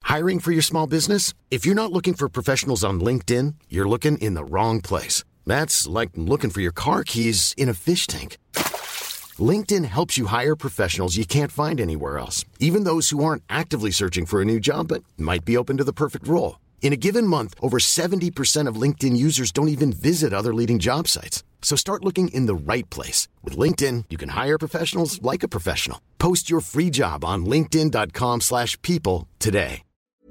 Hiring for your small business? If you're not looking for professionals on LinkedIn, you're looking in the wrong place. That's like looking for your car keys in a fish tank. LinkedIn helps you hire professionals you can't find anywhere else, even those who aren't actively searching for a new job but might be open to the perfect role. In a given month, over 70% of LinkedIn users don't even visit other leading job sites. So start looking in the right place. With LinkedIn, you can hire professionals like a professional. Post your free job on linkedin.com/people today.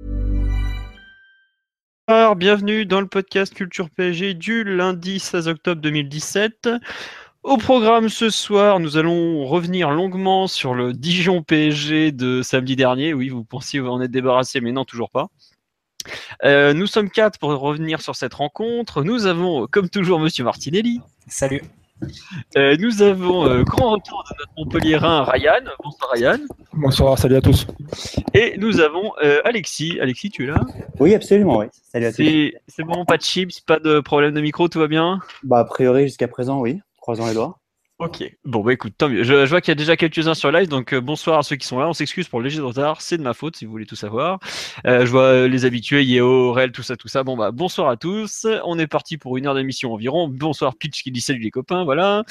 Bienvenue dans le podcast Culture PSG du lundi 16 octobre 2017. Au programme ce soir, nous allons revenir longuement sur le Dijon PSG de samedi dernier. Oui, vous pensiez vous en être débarrassé, mais non, toujours pas. Nous sommes 4 pour revenir sur cette rencontre. Nous avons, comme toujours, Monsieur Martinelli. Salut. Nous avons grand retour de notre Montpellierin Ryan. Bonsoir Ryan. Bonsoir, salut à tous. Et nous avons Alexis. Alexis, tu es là? Oui, absolument, oui. Salut à tous. C'est bon, pas de chips, pas de problème de micro, tout va bien? Bah, a priori, jusqu'à présent, oui. Croisons les doigts. Ok, bon bah écoute, tant mieux. Je vois qu'il y a déjà quelques-uns sur live, donc bonsoir à ceux qui sont là. On s'excuse pour le léger retard, c'est de ma faute si vous voulez tout savoir. Je vois les habitués, Yeo, Rel, tout ça. Bon bah bonsoir à tous. On est parti pour une heure d'émission environ. Bonsoir Pitch qui dit salut les copains, voilà.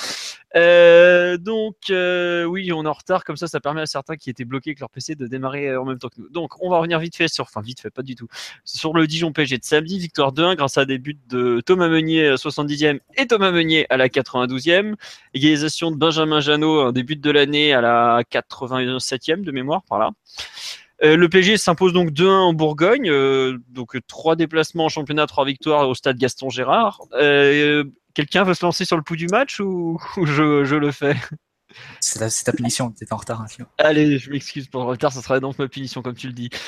Oui, on est en retard, comme ça permet à certains qui étaient bloqués avec leur PC de démarrer en même temps que nous. Donc on va revenir vite fait, pas du tout, sur le Dijon PSG de samedi, victoire 2-1 grâce à des buts de Thomas Meunier à 70e et Thomas Meunier à la 92e, égalisation de Benjamin Janot, un des buts de l'année à la 87e de mémoire par là. Le PSG s'impose donc 2-1 en Bourgogne, donc 3 déplacements en championnat, 3 victoires au stade Gaston Gérard. Quelqu'un veut se lancer sur le pouls du match ou je le fais? C'est ta punition, t'es en retard. Hein, allez, je m'excuse pour le retard, ça sera donc ma punition comme tu le dis.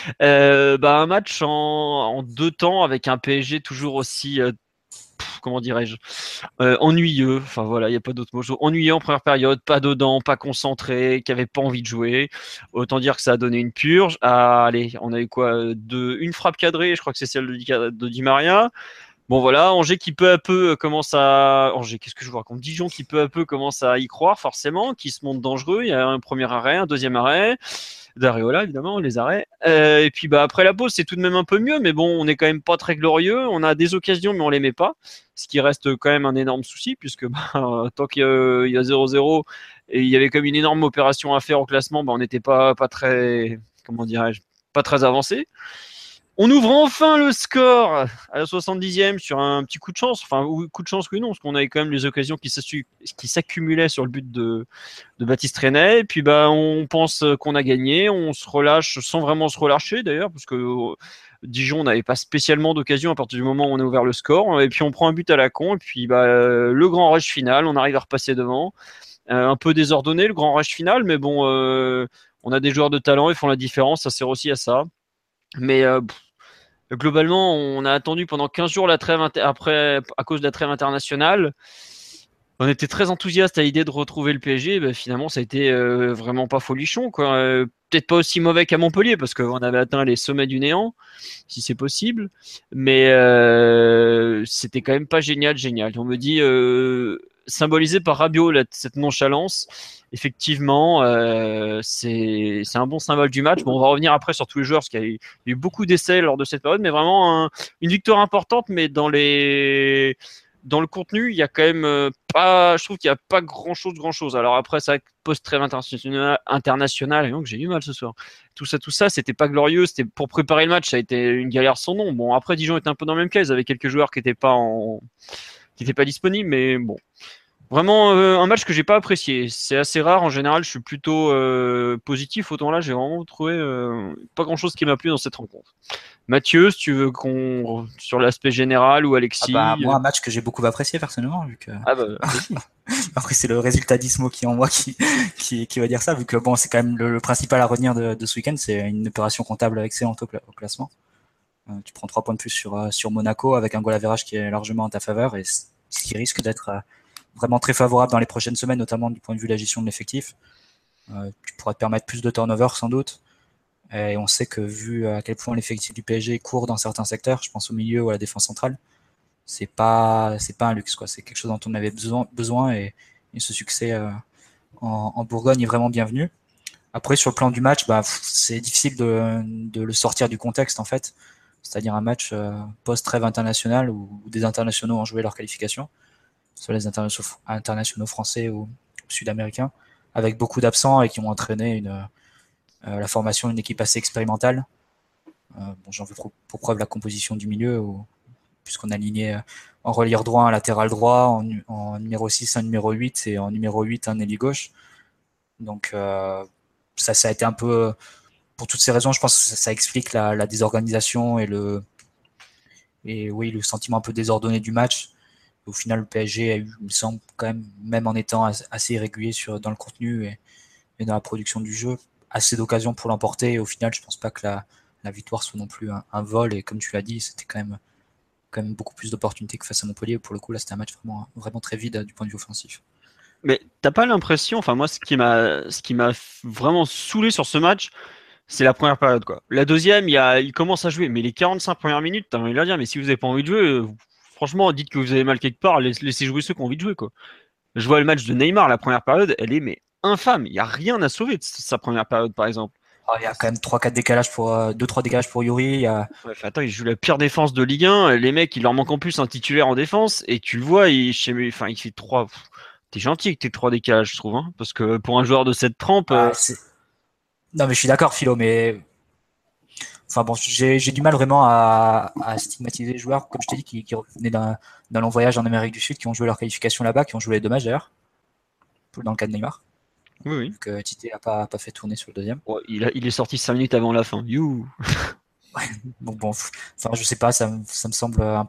Un match en 2 temps avec un PSG toujours aussi... comment dirais-je, ennuyeux, enfin voilà, il n'y a pas d'autre mot, ennuyeux en première période, pas dedans, pas concentré, qui avait pas envie de jouer, autant dire que ça a donné une purge. Allez, on a eu quoi, une frappe cadrée, je crois que c'est celle de Di Maria. Bon voilà, Angers qui peu à peu commence à... qu'est-ce que je vous raconte? Dijon qui peu à peu commence à y croire forcément, qui se montre dangereux, il y a un premier arrêt, un deuxième arrêt, d'Areola évidemment, les arrêts. Et puis après la pause, c'est tout de même un peu mieux, mais bon, on n'est quand même pas très glorieux, on a des occasions mais on les met pas, ce qui reste quand même un énorme souci, puisque tant qu'il y a 0-0, et il y avait comme une énorme opération à faire au classement, on n'était pas très, comment dirais-je, pas très avancé. On ouvre enfin le score à la 70e sur un petit coup de chance. Enfin, coup de chance que non, parce qu'on avait quand même les occasions qui s'accumulaient sur le but de Baptiste Renet. Et puis, on pense qu'on a gagné. On se relâche sans vraiment se relâcher, d'ailleurs, parce que Dijon n'avait pas spécialement d'occasion à partir du moment où on a ouvert le score. Et puis, on prend un but à la con. Et puis, le grand rush final, on arrive à repasser devant. Un peu désordonné, le grand rush final. Mais bon, on a des joueurs de talent, ils font la différence. Ça sert aussi à ça. Mais... globalement, on a attendu pendant 15 jours la trêve après, à cause de la trêve internationale. On était très enthousiaste à l'idée de retrouver le PSG. Finalement, ça a été vraiment pas folichon, quoi. Peut-être pas aussi mauvais qu'à Montpellier, parce qu'on avait atteint les sommets du néant, si c'est possible. Mais c'était quand même pas génial. On me dit, symbolisé par Rabiot, cette nonchalance. Effectivement, c'est un bon symbole du match. Bon, on va revenir après sur tous les joueurs, parce qu'il y a eu beaucoup d'essais lors de cette période, mais vraiment une victoire importante, mais dans le contenu, il y a quand même pas, je trouve qu'il n'y a pas grand chose. Alors après, c'est vrai que post-trêve internationale, et donc j'ai eu mal ce soir. Tout ça, c'était pas glorieux. C'était pour préparer le match, ça a été une galère sans nom. Bon, après, Dijon était un peu dans le même cas. Ils avaient quelques joueurs qui n'étaient pas disponibles, mais bon. Vraiment un match que j'ai pas apprécié. C'est assez rare. En général, je suis plutôt positif. Autant là, j'ai vraiment trouvé pas grand-chose qui m'a plu dans cette rencontre. Mathieu, si tu veux qu'on sur l'aspect général, ou Alexis. Moi, un match que j'ai beaucoup apprécié personnellement, vu que. Après, c'est le résultat d'Ismo qui en moi qui va dire ça, vu que bon, c'est quand même le principal à retenir de ce week-end. C'est une opération comptable excellente au classement. Tu prends 3 points de plus sur Monaco avec un goal average qui est largement en ta faveur, et ce qui risque d'être vraiment très favorable dans les prochaines semaines, notamment du point de vue de la gestion de l'effectif. Tu pourras te permettre plus de turnover sans doute. Et on sait que vu à quel point l'effectif du PSG court dans certains secteurs, je pense au milieu ou à la défense centrale, c'est pas un luxe, quoi. C'est quelque chose dont on avait besoin, et ce succès en Bourgogne est vraiment bienvenu. Après, sur le plan du match, c'est difficile de le sortir du contexte, en fait. C'est-à-dire un match post-trêve international où des internationaux ont joué leur qualification, soit les internationaux français ou sud-américains, avec beaucoup d'absents et qui ont entraîné la formation d'une équipe assez expérimentale. J'en veux pour preuve la composition du milieu, puisqu'on a aligné en relayeur droit un latéral droit, en numéro 6 un numéro 8 et en numéro 8 un ailier gauche. Donc ça a été un peu, pour toutes ces raisons, je pense que ça explique la désorganisation et le sentiment un peu désordonné du match. Au final, le PSG a eu, il me semble, quand même en étant assez irrégulier dans le contenu et dans la production du jeu, assez d'occasions pour l'emporter. Et au final, je pense pas que la victoire soit non plus un vol. Et comme tu l'as dit, c'était quand même beaucoup plus d'opportunités que face à Montpellier. Pour le coup, là, c'était un match vraiment, vraiment très vide du point de vue offensif. Mais t'as pas l'impression, enfin moi, ce qui m'a vraiment saoulé sur ce match, c'est la première période, quoi. La deuxième, il commence à jouer, mais les 45 premières minutes, t'as envie de leur dire, mais si vous avez pas envie de jouer, franchement, dites que vous avez mal quelque part, laissez jouer ceux qui ont envie de jouer, quoi. Je vois le match de Neymar, la première période, elle est mais infâme. Il y a rien à sauver de sa première période, par exemple. Il y a quand même 2-3 décalages pour Yuri. Ouais, attends, il joue la pire défense de Ligue 1. Les mecs, il leur manque en plus un titulaire en défense, et tu le vois, il fait 3. T'es gentil avec tes 3 décalages, je trouve, hein, parce que pour un joueur de cette trempe. Non, mais je suis d'accord, Philo, mais j'ai du mal vraiment à stigmatiser les joueurs, comme je t'ai dit, qui revenaient d'un long voyage en Amérique du Sud, qui ont joué leur qualification là-bas, qui ont joué les 2 matchs d'ailleurs, dans le cas de Neymar. Oui. Que Tite n'a pas fait tourner sur le deuxième. Ouais, il est sorti 5 minutes avant la fin. You. Ouais, donc je sais pas, ça me semble un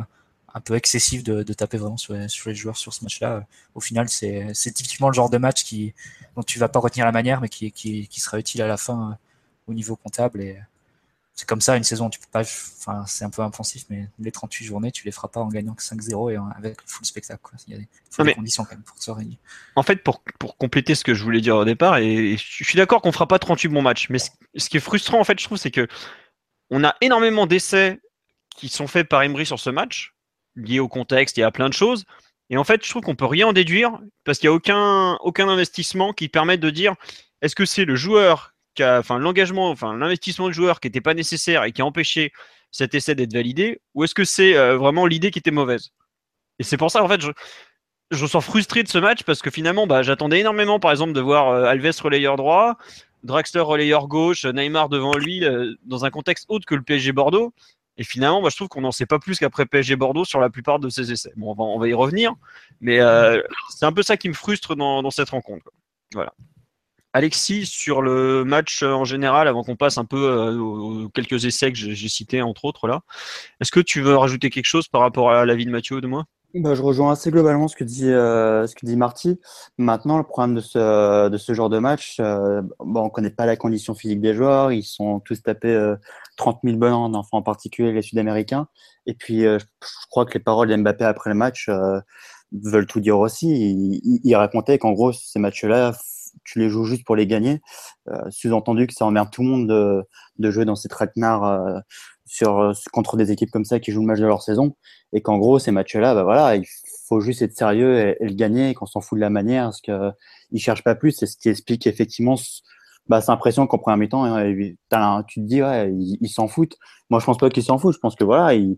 peu excessif de taper vraiment sur les joueurs sur ce match-là. Au final, c'est typiquement le genre de match dont tu vas pas retenir la manière, mais qui sera utile à la fin au niveau comptable. Et c'est comme ça, une saison, tu peux pas, c'est un peu impensif, mais les 38 journées, tu les feras pas en gagnant que 5-0 et avec le full spectacle, quoi. Il y a des conditions quand même pour se réunir. En fait, pour compléter ce que je voulais dire au départ, et je suis d'accord qu'on fera pas 38 bons matchs, mais ce qui est frustrant, en fait, je trouve, c'est que on a énormément d'essais qui sont faits par Emery sur ce match, liés au contexte et à plein de choses. Et en fait, je trouve qu'on peut rien en déduire parce qu'il n'y a aucun investissement qui permette de dire est-ce que c'est le joueur l'investissement du joueur qui n'était pas nécessaire et qui a empêché cet essai d'être validé, ou est-ce que c'est vraiment l'idée qui était mauvaise? Et c'est pour ça, en fait, je me sens frustré de ce match parce que finalement, j'attendais énormément, par exemple, de voir Alves relayeur droit, Draxler relayeur gauche, Neymar devant lui, dans un contexte autre que le PSG Bordeaux. Et finalement, je trouve qu'on n'en sait pas plus qu'après PSG Bordeaux sur la plupart de ces essais. Bon, on va y revenir, mais c'est un peu ça qui me frustre dans cette rencontre, quoi. Voilà. Alexis, sur le match en général, avant qu'on passe un peu aux quelques essais que j'ai cités, entre autres, là, est-ce que tu veux rajouter quelque chose par rapport à l'avis de Mathieu ou de moi? Je rejoins assez globalement ce que dit Marty. Maintenant, le problème de ce genre de match, on connaît pas la condition physique des joueurs. Ils sont tous tapés 30 000 bananes, enfin, en particulier les Sud-Américains. Et puis, je crois que les paroles d'Mbappé après le match veulent tout dire aussi. Il racontait qu'en gros, ces matchs-là, tu les joues juste pour les gagner. Sous-entendu que ça emmerde tout le monde de jouer dans ces traquenards contre des équipes comme ça qui jouent le match de leur saison, et qu'en gros ces matchs-là, il faut juste être sérieux et le gagner, et qu'on s'en fout de la manière, parce que ils cherchent pas plus. C'est ce qui explique effectivement cette impression qu'en première mi-temps, tu te dis ils s'en foutent. Moi je pense pas qu'ils s'en foutent, je pense que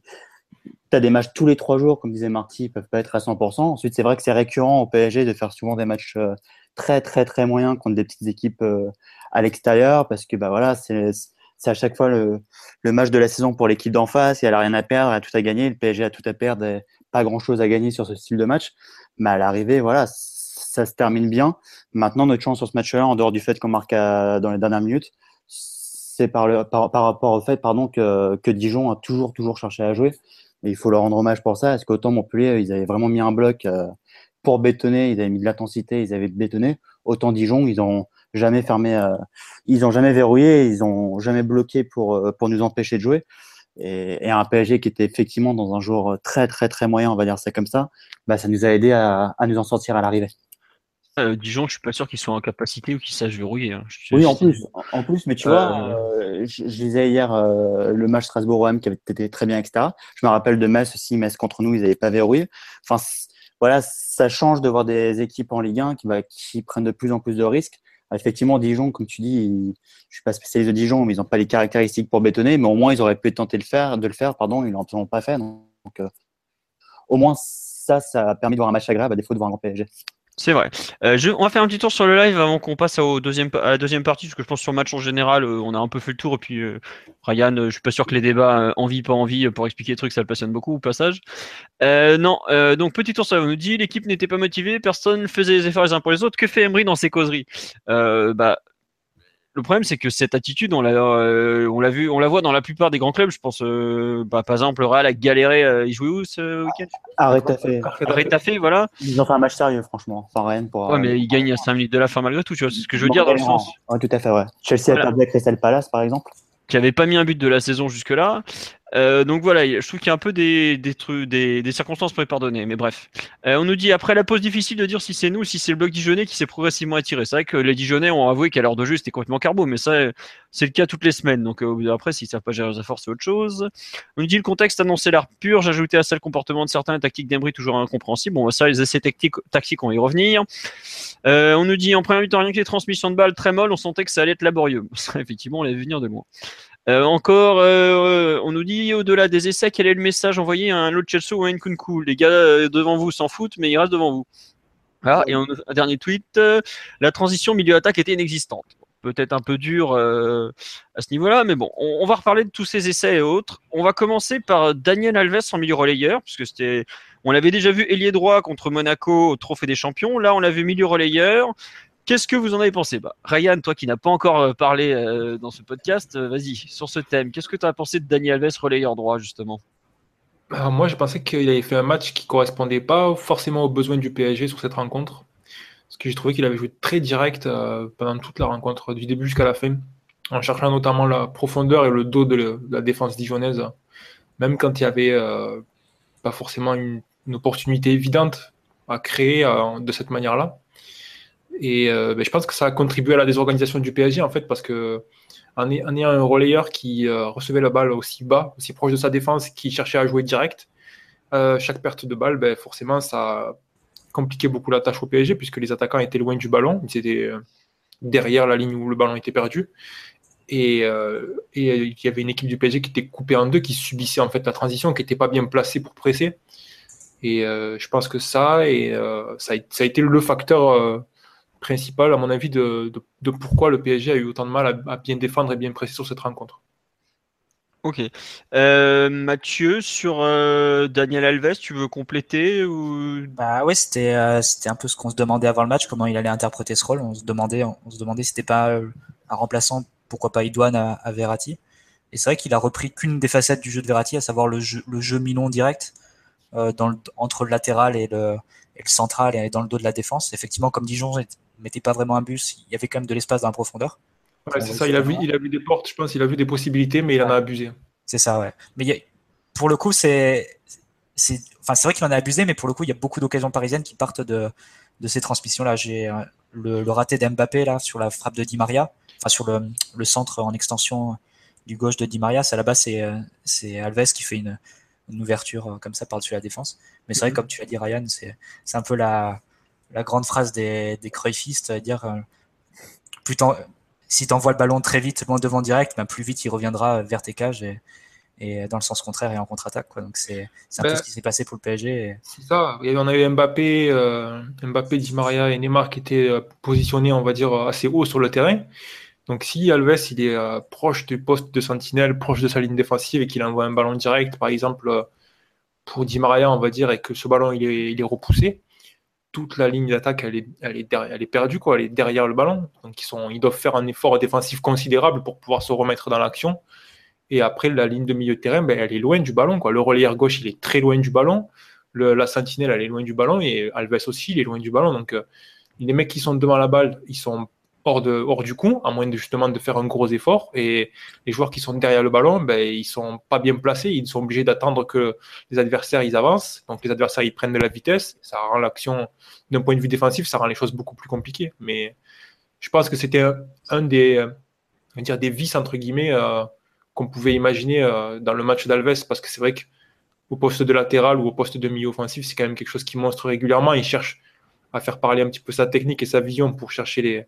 t'as des matchs tous les 3 jours, comme disait Marty, ils peuvent pas être à 100%. Ensuite, c'est vrai que c'est récurrent au PSG de faire souvent des matchs très très très moyens contre des petites équipes à l'extérieur, parce que c'est à chaque fois le match de la saison pour l'équipe d'en face, et elle a rien à perdre, elle a tout à gagner. Le PSG a tout à perdre et pas grand chose à gagner sur ce style de match. Mais à l'arrivée, ça se termine bien. Maintenant, notre chance sur ce match-là, en dehors du fait qu'on marque dans les dernières minutes, c'est par rapport au fait, que Dijon a toujours cherché à jouer. Et il faut leur rendre hommage pour ça, parce qu'autant Montpellier, ils avaient vraiment mis un bloc pour bétonner, ils avaient mis de l'intensité, ils avaient bétonné. Autant Dijon, ils ont jamais fermé, ils ont jamais verrouillé, ils ont jamais bloqué pour nous empêcher de jouer. Et un PSG qui était effectivement dans un jour très très très moyen, on va dire ça comme ça, ça nous a aidé à nous en sortir à l'arrivée. Dijon, je suis pas sûr qu'ils soient en capacité ou qu'ils sachent verrouiller, hein. Oui, en plus, mais tu vois, je lisais hier le match Strasbourg-OM qui avait été très bien, etc. Je me rappelle de Metz aussi, Metz contre nous, ils n'avaient pas verrouillé. Enfin, voilà, ça change de voir des équipes en Ligue 1 qui prennent de plus en plus de risques. Effectivement, Dijon, comme tu dis, je suis pas spécialiste de Dijon, mais ils n'ont pas les caractéristiques pour bétonner, mais au moins ils auraient pu tenter de le faire, pardon, ils l'ont absolument pas fait. Donc, au moins ça a permis de voir un match agréable à défaut de voir un grand PSG. C'est vrai. On va faire un petit tour sur le live avant qu'on passe à la deuxième partie, parce que je pense que sur le match en général, on a un peu fait le tour. Et puis, Ryan, je suis pas sûr que les débats envie, pas envie, pour expliquer les trucs, ça le passionne beaucoup au passage. Non, donc petit tour sur, on nous dit l'équipe n'était pas motivée, personne faisait les efforts les uns pour les autres. Que fait Emery dans ses causeries? Le problème, c'est que cette attitude, on la voit dans la plupart des grands clubs. Je pense, par exemple, le Real a galéré. Il jouait où ce week-end? Rétafé, voilà. Ils ont fait un match sérieux, franchement, sans rien pour. Ouais, mais ils gagnent à 5 minutes de la fin malgré tout. Tu vois, c'est ce que je veux dire dans le sens. Ouais, tout à fait, ouais. Chelsea a perdu avec Crystal Palace, par exemple. Qui avait pas mis un but de la saison jusque-là. Donc voilà, je trouve qu'il y a un peu des circonstances pour les pardonner, mais bref. On nous dit après la pause difficile de dire si c'est nous ou si c'est le bloc dijonnais qui s'est progressivement étiré. C'est vrai que les Dijonnais ont avoué qu'à l'heure de jeu c'était complètement carbo, mais ça c'est le cas toutes les semaines. Donc après s'ils savent pas gérer leurs efforts c'est autre chose. On nous dit le contexte annonçait l'art pur. J'ai ajouté à ça le comportement de certains, tactiques d'Emery toujours incompréhensibles. Bon ça les essais tactiques on va y revenir. On nous dit en première mi-temps rien que les transmissions de balles très molles, on sentait que ça allait être laborieux. Ça, effectivement on l'avait vu venir de loin. On nous dit au-delà des essais, quel est le message envoyé à un Lo Celso ou à Nkunku? Les gars devant vous s'en foutent, mais ils restent devant vous. Voilà, et un dernier tweet, la transition milieu-attaque était inexistante. Peut-être un peu dur à ce niveau-là, mais bon, on va reparler de tous ces essais et autres. On va commencer par Daniel Alves en milieu relayeur, puisque on l'avait déjà vu ailier droit contre Monaco au Trophée des Champions. Là, on l'a vu milieu relayeur. Qu'est-ce que vous en avez pensé? Ryan, toi qui n'as pas encore parlé dans ce podcast, vas-y, sur ce thème. Qu'est-ce que tu as pensé de Dani Alves, relayeur droit, justement? Alors moi, je pensais qu'il avait fait un match qui ne correspondait pas forcément aux besoins du PSG sur cette rencontre. Parce que j'ai trouvé qu'il avait joué très direct pendant toute la rencontre, du début jusqu'à la fin, en cherchant notamment la profondeur et le dos de la défense dijonnaise, même quand il n'y avait pas forcément une opportunité évidente à créer de cette manière-là. Et je pense que ça a contribué à la désorganisation du PSG, en fait, parce que en ayant un relayeur qui recevait la balle aussi bas, aussi proche de sa défense, qui cherchait à jouer direct, chaque perte de balle, forcément, ça compliquait beaucoup la tâche au PSG, puisque les attaquants étaient loin du ballon, ils étaient derrière la ligne où le ballon était perdu. Et il y avait une équipe du PSG qui était coupée en deux, qui subissait en fait la transition, qui n'était pas bien placée pour presser. Et je pense que ça a été le facteur principal, à mon avis, de pourquoi le PSG a eu autant de mal à bien défendre et bien presser sur cette rencontre. Ok. Mathieu, sur Daniel Alves, tu veux compléter ou... Ouais, c'était un peu ce qu'on se demandait avant le match, comment il allait interpréter ce rôle. On se demandait si c'était pas un remplaçant, pourquoi pas Idouane à Verratti. Et c'est vrai qu'il a repris qu'une des facettes du jeu de Verratti, à savoir le jeu mi-long direct entre le latéral et le central et dans le dos de la défense. Effectivement, comme Dijon mettait pas vraiment un bus, il y avait quand même de l'espace dans la profondeur. Ouais, c'est ça, il a vu des portes, je pense, il a vu des possibilités, mais il en a abusé. C'est ça, ouais. Mais pour le coup, c'est vrai qu'il en a abusé, mais pour le coup, il y a beaucoup d'occasions parisiennes qui partent de ces transmissions-là. J'ai le raté d'Mbappé là sur la frappe de Di Maria, enfin sur le centre en extension du gauche de Di Maria. À la base, c'est Alves qui fait une ouverture comme ça par-dessus la défense. Mais c'est vrai, comme tu l'as dit, Ryan, c'est un peu la grande phrase des Cruyffistes, dire si tu envoies le ballon très vite, loin devant direct, plus vite il reviendra vers tes cages et dans le sens contraire et en contre-attaque, quoi. Donc c'est un peu ce qui s'est passé pour le PSG. C'est ça. Et on a eu Mbappé, Di Maria et Neymar qui étaient positionnés, on va dire, assez haut sur le terrain. Donc si Alves il est proche du poste de sentinelle, proche de sa ligne défensive et qu'il envoie un ballon direct, par exemple pour Di Maria, on va dire, et que ce ballon il est repoussé, toute la ligne d'attaque elle est perdue, quoi. Elle est derrière le ballon. Donc ils doivent faire un effort défensif considérable pour pouvoir se remettre dans l'action. Et après, la ligne de milieu de terrain, elle est loin du ballon, quoi. Le relayeur gauche, il est très loin du ballon. La sentinelle, elle est loin du ballon. Et Alves aussi, il est loin du ballon. Donc, les mecs qui sont devant la balle, ils sont hors du coup, à moins justement de faire un gros effort. Et les joueurs qui sont derrière le ballon, ils sont pas bien placés. Ils sont obligés d'attendre que les adversaires, ils avancent. Donc, les adversaires, ils prennent de la vitesse. Ça rend l'action, d'un point de vue défensif, ça rend les choses beaucoup plus compliquées. Mais je pense que c'était un des vices, entre guillemets, qu'on pouvait imaginer dans le match d'Alves, parce que c'est vrai qu'au poste de latéral ou au poste de milieu offensif, c'est quand même quelque chose qui monstre régulièrement. Il cherche à faire parler un petit peu sa technique et sa vision pour chercher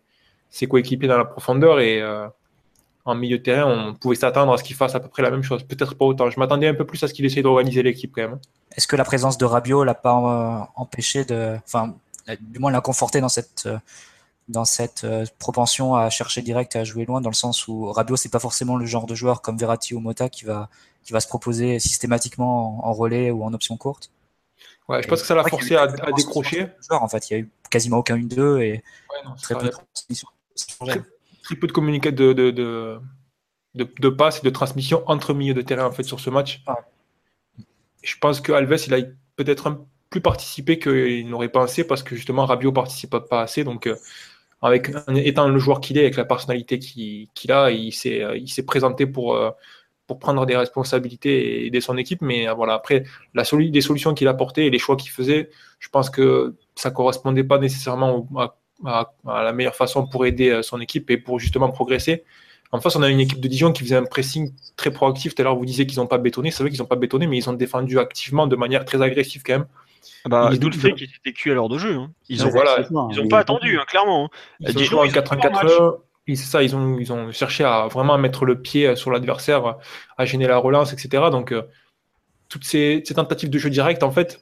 ses coéquipiers dans la profondeur et en milieu de terrain, on pouvait s'attendre à ce qu'il fasse à peu près la même chose. Peut-être pas autant. Je m'attendais un peu plus à ce qu'il essaye d'organiser l'équipe quand même. Est-ce que la présence de Rabiot l'a pas empêché du moins l'a conforté dans cette propension à chercher direct et à jouer loin, dans le sens où Rabiot, c'est pas forcément le genre de joueur comme Verratti ou Mota qui va se proposer systématiquement en relais ou en option courte. Ouais, je pense que ça l'a forcé à décrocher. En fait, il y a eu quasiment aucun 1-2 et très peu de transmission. Très peu de communiqué de passes et de transmission entre milieux de terrain en fait sur ce match. Ouais. Je pense que Alves il a peut-être plus participé qu'il n'aurait pensé parce que justement Rabiot participe pas assez. Donc étant le joueur qu'il est, avec la personnalité qu'il a, il s'est présenté pour prendre des responsabilités et aider son équipe. Mais voilà, après les solutions qu'il apportait et les choix qu'il faisait, je pense que ça correspondait pas nécessairement à la meilleure façon pour aider son équipe et pour justement progresser. En face, on a une équipe de Dijon qui faisait un pressing très proactif. Tout à l'heure, vous disiez qu'ils n'ont pas bétonné. C'est vrai qu'ils n'ont pas bétonné, mais ils ont défendu activement de manière très agressive quand même. D'où le fait qu'ils étaient cuits à l'heure de jeu. Hein. Ils n'ont pas attendu, clairement. Ils Dijon, ont joué en 4-1-4-1. C'est ça, ils ont cherché à vraiment mettre le pied sur l'adversaire, à gêner la relance, etc. Donc, toutes ces tentatives de jeu direct, en fait,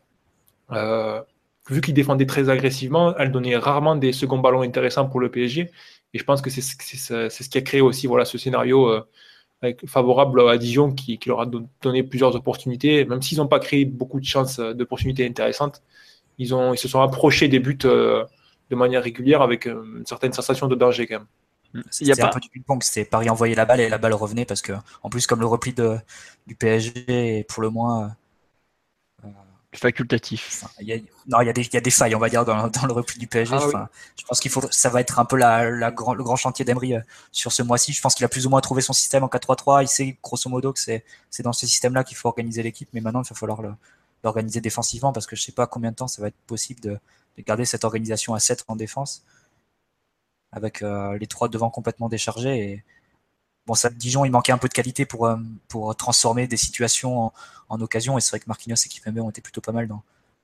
vu qu'ils défendaient très agressivement, elles donnaient rarement des seconds ballons intéressants pour le PSG. Et je pense que c'est ce qui a créé aussi ce scénario favorable à Dijon qui leur a donné plusieurs opportunités. Même s'ils n'ont pas créé beaucoup de chances d'opportunités intéressantes, ils se sont approchés des buts de manière régulière avec une certaine sensation de danger quand même. C'était un peu du ping-pong, c'était Paris envoyait la balle et la balle revenait parce que, en plus, comme le repli du PSG est pour le moins facultatif. Il y a des failles, on va dire, dans le repli du PSG. Je pense ça va être un peu le grand chantier d'Emery sur ce mois-ci. Je pense qu'il a plus ou moins trouvé son système en 4-3-3. Il sait grosso modo que c'est dans ce système-là qu'il faut organiser l'équipe, mais maintenant il va falloir l'organiser défensivement parce que je sais pas combien de temps ça va être possible de garder cette organisation à 7 en défense avec les 3 devant complètement déchargés. Et bon, ça, Dijon, il manquait un peu de qualité pour transformer des situations en occasion. Et c'est vrai que Marquinhos et Kimpembe ont été plutôt pas mal dans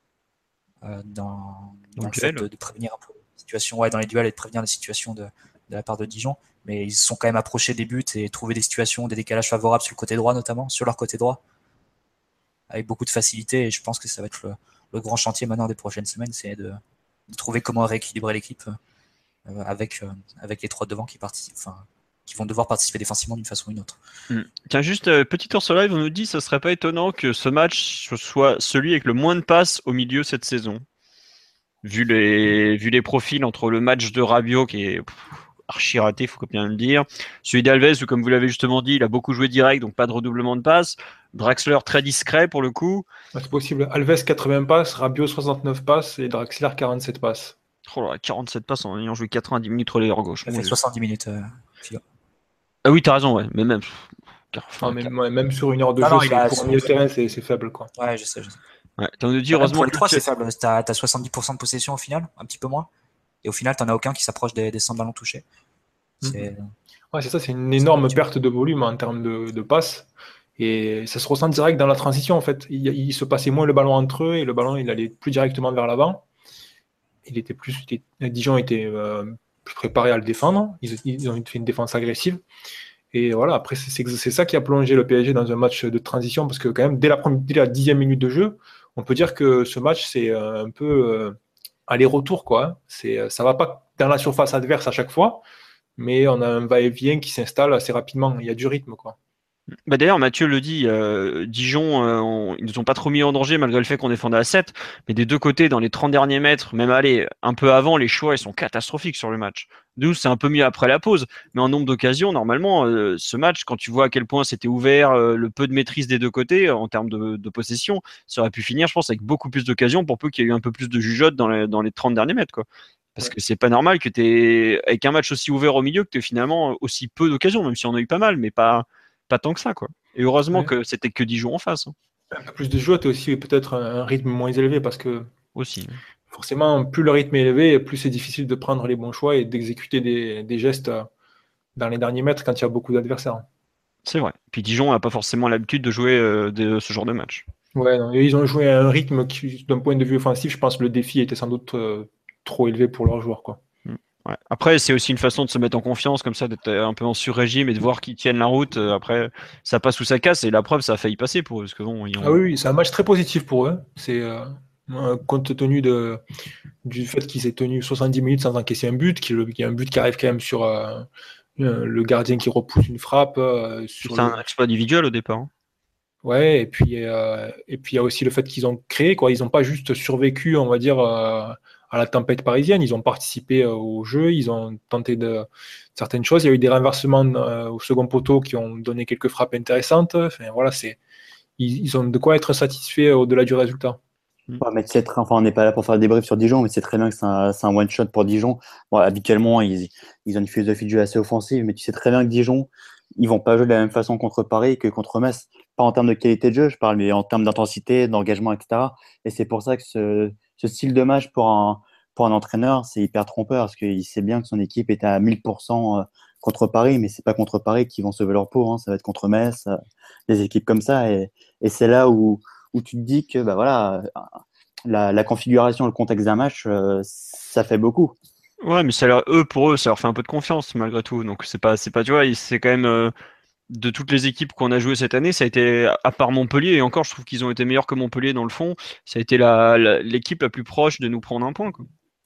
le fait de prévenir un peu les situations, dans les duels et de prévenir les situations de la part de Dijon. Mais ils se sont quand même approchés des buts et trouvé des situations, des décalages favorables sur le côté droit, notamment sur leur côté droit, avec beaucoup de facilité. Et je pense que ça va être le grand chantier maintenant des prochaines semaines, c'est de trouver comment rééquilibrer l'équipe avec les 3 devant qui vont devoir participer défensivement d'une façon ou d'une autre. Tiens, juste petit tour sur live, on nous dit que ce serait pas étonnant que ce match soit celui avec le moins de passes au milieu cette saison. Vu les profils entre le match de Rabiot qui est archi raté, il faut bien le dire, celui d'Alves où, comme vous l'avez justement dit, il a beaucoup joué direct, donc pas de redoublement de passes. Draxler très discret pour le coup. C'est possible. Alves 80 passes, Rabiot 69 passes et Draxler 47 passes. Oh là, 47 passes en ayant joué 90 minutes relayeur gauche. Ça fait 70 minutes. Ah oui, t'as raison, ouais. Mais même. Même sur une heure de jeu, pour un milieu de terrain, c'est faible, quoi. Ouais, je sais. Ouais, heureusement pour les 3, c'est faible. T'as 70% de possession au final, un petit peu moins. Et au final, t'en as aucun qui s'approche des 100 ballons touchés. Ouais, c'est ça, c'est une énorme perte de volume en termes de passes. Et ça se ressent direct dans la transition, en fait. Il se passait moins le ballon entre eux et le ballon, il allait plus directement vers l'avant. Dijon était plus préparé à le défendre. Ils ont fait une défense agressive. Et voilà, après, c'est ça qui a plongé le PSG dans un match de transition, parce que quand même, dès la 10e minute de jeu, on peut dire que ce match, c'est un peu aller-retour, quoi. Ça va pas dans la surface adverse à chaque fois, mais on a un va-et-vient qui s'installe assez rapidement. Il y a du rythme, quoi. D'ailleurs, Mathieu le dit, Dijon, ils nous ont pas trop mis en danger malgré le fait qu'on défendait à 7, mais des deux côtés, dans les 30 derniers mètres, même un peu avant, les choix ils sont catastrophiques sur le match. Nous, c'est un peu mieux après la pause, mais en nombre d'occasions, normalement, ce match, quand tu vois à quel point c'était ouvert, le peu de maîtrise des deux côtés en termes de possession, ça aurait pu finir, je pense, avec beaucoup plus d'occasions pour peu qu'il y ait eu un peu plus de jugeote dans les 30 derniers mètres, quoi. Parce que c'est pas normal que t'aies, avec un match aussi ouvert au milieu, que tu aies finalement aussi peu d'occasions, même si on a eu pas mal, mais pas tant que ça, quoi. Et heureusement que c'était que Dijon en face. Hein. Un peu plus de jeu, tu as aussi peut-être un rythme moins élevé, parce que aussi. Forcément, plus le rythme est élevé, plus c'est difficile de prendre les bons choix et d'exécuter des gestes dans les derniers mètres quand il y a beaucoup d'adversaires. C'est vrai. Puis Dijon n'a pas forcément l'habitude de jouer de ce genre de match. Ouais, non. Et ils ont joué à un rythme qui, d'un point de vue offensif, je pense que le défi était sans doute trop élevé pour leurs joueurs, quoi. Ouais. Après, c'est aussi une façon de se mettre en confiance, comme ça, d'être un peu en sur-régime et de voir qu'ils tiennent la route. Après, ça passe ou ça casse, et la preuve, ça a failli passer pour eux. Parce que bon, Ah oui, c'est un match très positif pour eux. C'est compte tenu du fait qu'ils aient tenu 70 minutes sans encaisser un but, qu'il y a un but qui arrive quand même sur le gardien qui repousse une frappe. C'est un exploit individuel au départ. Hein. Ouais, et puis il y a aussi le fait qu'ils ont créé, quoi. Ils n'ont pas juste survécu, on va dire, à la tempête parisienne. Ils ont participé au jeu, ils ont tenté de certaines choses. Il y a eu des renversements au second poteau qui ont donné quelques frappes intéressantes. Enfin, voilà, ils ont de quoi être satisfaits au-delà du résultat. Ouais, mais on n'est pas là pour faire le débrief sur Dijon, mais c'est très bien que c'est un one-shot pour Dijon. Bon, habituellement, ils ont une philosophie de jeu assez offensive, mais tu sais très bien que Dijon, ils vont pas jouer de la même façon contre Paris que contre Metz. Pas en termes de qualité de jeu, je parle, mais en termes d'intensité, d'engagement, etc. Et c'est pour ça que ce style de match pour un entraîneur, c'est hyper trompeur, parce qu'il sait bien que son équipe est à 1000% contre Paris, mais c'est pas contre Paris qu'ils vont sauver leur peau, hein. Ça va être contre Metz, des équipes comme ça. Et c'est là où tu te dis que bah voilà, la configuration, le contexte d'un match, ça fait beaucoup. Ouais, mais pour eux, ça leur fait un peu de confiance malgré tout. Donc c'est pas, tu vois, c'est quand même de toutes les équipes qu'on a jouées cette année, ça a été, à part Montpellier, et encore, je trouve qu'ils ont été meilleurs que Montpellier dans le fond, ça a été l'équipe la plus proche de nous prendre un point, quoi.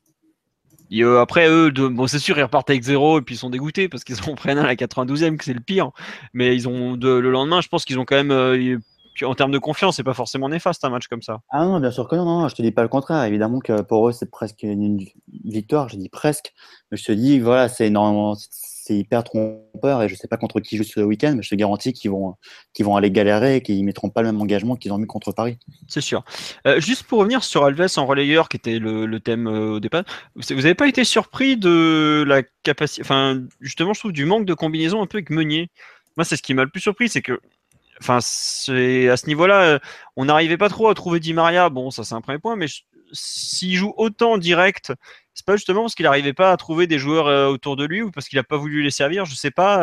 Et après, eux, bon, c'est sûr, ils repartent avec 0 et puis ils sont dégoûtés parce qu'ils en prennent un à la 92e, que c'est le pire. Mais le lendemain, je pense qu'ils ont quand même, en termes de confiance, c'est pas forcément néfaste un match comme ça. Ah non, bien sûr que non, non, je te dis pas le contraire. Évidemment que pour eux, c'est presque une victoire, je dis presque. Mais je te dis, voilà, c'est énormément, c'est hyper trompeur et je sais pas contre qui jouent ce week-end, mais je te garantis qu'ils vont aller galérer et qu'ils mettront pas le même engagement qu'ils ont mis contre Paris. C'est sûr. Juste pour revenir sur Alves en relayeur, qui était le thème au départ, vous avez pas été surpris de la capacité, enfin, justement, je trouve du manque de combinaison un peu avec Meunier. Moi, c'est ce qui m'a le plus surpris, c'est que, enfin, c'est à ce niveau-là, on n'arrivait pas trop à trouver Di Maria. Bon, ça c'est un premier point, mais s'il joue autant direct, c'est pas justement parce qu'il n'arrivait pas à trouver des joueurs autour de lui ou parce qu'il a pas voulu les servir. Je sais pas.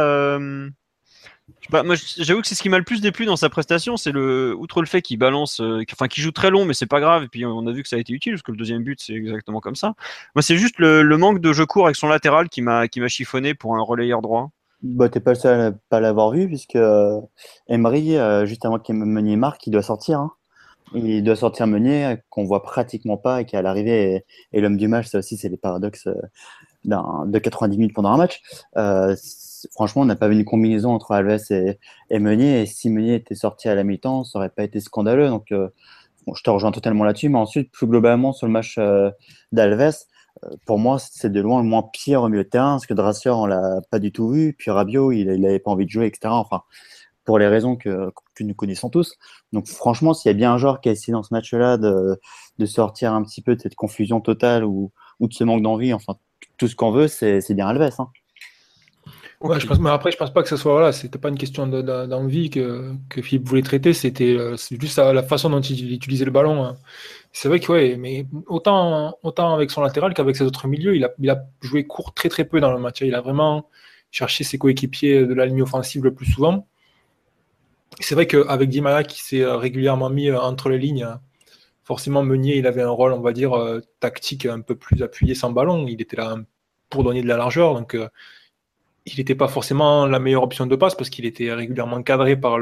Moi, j'avoue que c'est ce qui m'a le plus déplu dans sa prestation, c'est outre le fait qu'il balance, qu'il joue très long, mais c'est pas grave. Et puis on a vu que ça a été utile parce que le deuxième but c'est exactement comme ça. Moi, c'est juste le manque de jeu court avec son latéral qui m'a chiffonné pour un relayeur droit. Bah, t'es pas le seul à pas l'avoir vu, puisque Emery, juste avant qu'il Meunier marque, il doit sortir, hein. Il doit sortir Meunier, qu'on voit pratiquement pas, et qui à l'arrivée est l'homme du match. Ça aussi, c'est les paradoxes de 90 minutes pendant un match. Franchement, on n'a pas vu une combinaison entre Alves et Meunier. Et si Meunier était sorti à la mi-temps, ça aurait pas été scandaleux. Donc, bon, je te rejoins totalement là-dessus. Mais ensuite, plus globalement, sur le match d'Alves, pour moi, c'est de loin le moins pire au milieu de terrain, parce que Dracier, on l'a pas du tout vu. Puis Rabiot, il avait pas envie de jouer, etc. Enfin, pour les raisons que nous connaissons tous. Donc franchement, s'il y a bien un joueur qui a essayé dans ce match-là de sortir un petit peu de cette confusion totale ou de ce manque d'envie, enfin, tout ce qu'on veut, c'est bien Alves, hein. Ouais, mais après, je pense pas que ce soit, voilà, c'était pas une question d'envie que Philippe voulait traiter, c'est juste la façon dont il utilisait le ballon, hein. C'est vrai que, ouais, mais autant avec son latéral qu'avec ses autres milieux, il a joué court très très peu dans le match. Il a vraiment cherché ses coéquipiers de la ligne offensive le plus souvent. C'est vrai qu'avec Di Maria qui s'est régulièrement mis entre les lignes, forcément Meunier, il avait un rôle, on va dire, tactique un peu plus appuyé sans ballon. Il était là pour donner de la largeur, donc il n'était pas forcément la meilleure option de passe parce qu'il était régulièrement cadré par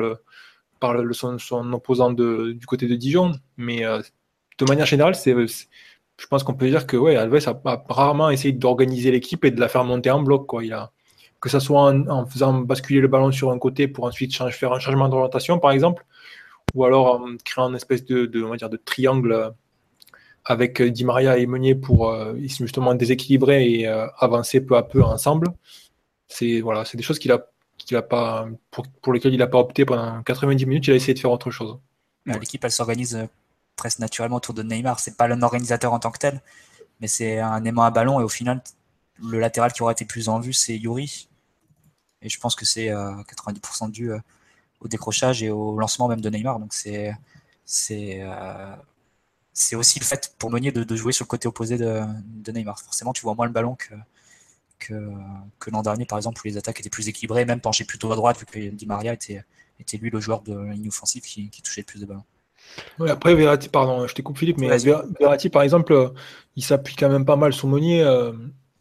son opposant du côté de Dijon. Mais de manière générale, je pense qu'on peut dire que ouais, Alves a rarement essayé d'organiser l'équipe et de la faire monter en bloc, quoi. Que ce soit en faisant basculer le ballon sur un côté pour ensuite faire un changement d'orientation, par exemple, ou alors en créant une espèce on va dire, de triangle avec Di Maria et Meunier pour justement déséquilibrer et avancer peu à peu ensemble. C'est des choses qu'il a pas, pour lesquelles il n'a pas opté pendant 90 minutes. Il a essayé de faire autre chose. L'équipe, elle s'organise presque naturellement autour de Neymar. C'est pas un organisateur en tant que tel, mais c'est un aimant à ballon. Et au final, le latéral qui aurait été plus en vue, c'est Yuri. Et je pense que c'est 90% dû au décrochage et au lancement même de Neymar. Donc c'est aussi le fait pour Meunier de jouer sur le côté opposé de Neymar. Forcément, tu vois moins le ballon que l'an dernier, par exemple, où les attaques étaient plus équilibrées, même penchées plutôt à droite, vu que Di Maria était lui le joueur de la ligne offensive qui touchait le plus de ballons. Ouais, après, Verratti, pardon, je te coupe Philippe, mais Verratti, par exemple, il s'appuie quand même pas mal sur Meunier.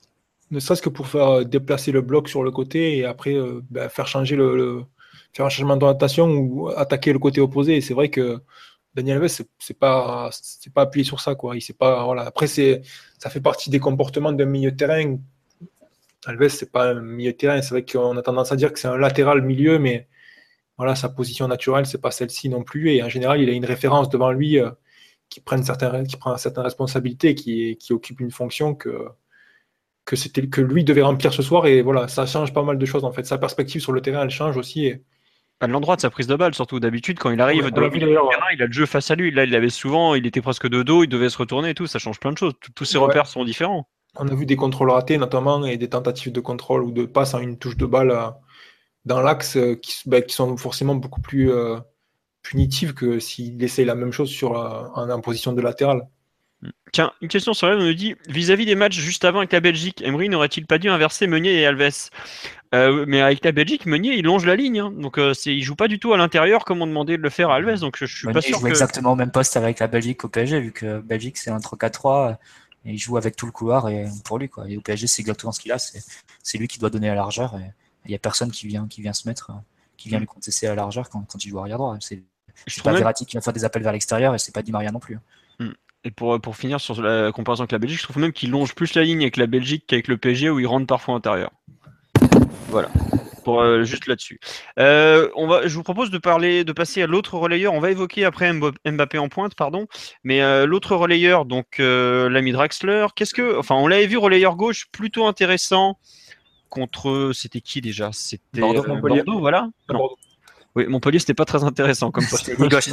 ne serait-ce que pour faire déplacer le bloc sur le côté et après faire changer faire un changement d'orientation ou attaquer le côté opposé. Et c'est vrai que Daniel Alves, c'est pas appuyé sur ça, quoi. Il sait pas, voilà. Après, ça fait partie des comportements d'un milieu de terrain. Alves, c'est pas un milieu de terrain. C'est vrai qu'on a tendance à dire que c'est un latéral milieu, mais voilà, sa position naturelle, c'est pas celle-ci non plus. Et en général, il a une référence devant lui qui prend certaines responsabilités, qui occupe une fonction que lui devait remplir ce soir. Et voilà, ça change pas mal de choses en fait. Sa perspective sur le terrain, elle change aussi. À l'endroit de sa prise de balle, surtout d'habitude, quand il arrive dans le milieu du terrain, il a le jeu face à lui. Là, il l'avait souvent, il était presque de dos, il devait se retourner et tout. Ça change plein de choses. Tous ses repères sont différents. On a vu des contrôles ratés notamment et des tentatives de contrôle ou de passe en une touche de balle dans l'axe qui sont forcément beaucoup plus punitives que s'il essaye la même chose en position de latéral. Tiens, une question sur elle, on nous dit vis-à-vis des matchs juste avant avec la Belgique, Emery n'aurait-il pas dû inverser Meunier et Alves? Mais avec la Belgique, Meunier il longe la ligne, hein. Donc il joue pas du tout à l'intérieur comme on demandait de le faire à Alves. Donc je suis Meunier pas sûr joue exactement au même poste avec la Belgique au PSG, vu que Belgique c'est un 3-4-3 et il joue avec tout le couloir et pour lui quoi. Et au PSG c'est exactement ce qu'il a, c'est lui qui doit donner la largeur et il y a personne qui vient se mettre, qui vient lui contester la largeur quand il joue arrière droit. C'est pas Verratti qui va faire des appels vers l'extérieur et c'est pas Di Maria non plus. Et pour finir sur la comparaison avec la Belgique, je trouve même qu'il longe plus la ligne avec la Belgique qu'avec le PSG où il rentre parfois intérieur. Voilà. Pour juste là-dessus. Je vous propose de passer à l'autre relayeur. On va évoquer après Mbappé en pointe, pardon. Mais l'autre relayeur, donc l'ami Draxler, on l'avait vu relayeur gauche plutôt intéressant contre. C'était qui déjà? C'était Bordeaux, voilà. Non. Bordeaux. Oui, Montpellier, c'était pas très intéressant comme poste. C'était gauche.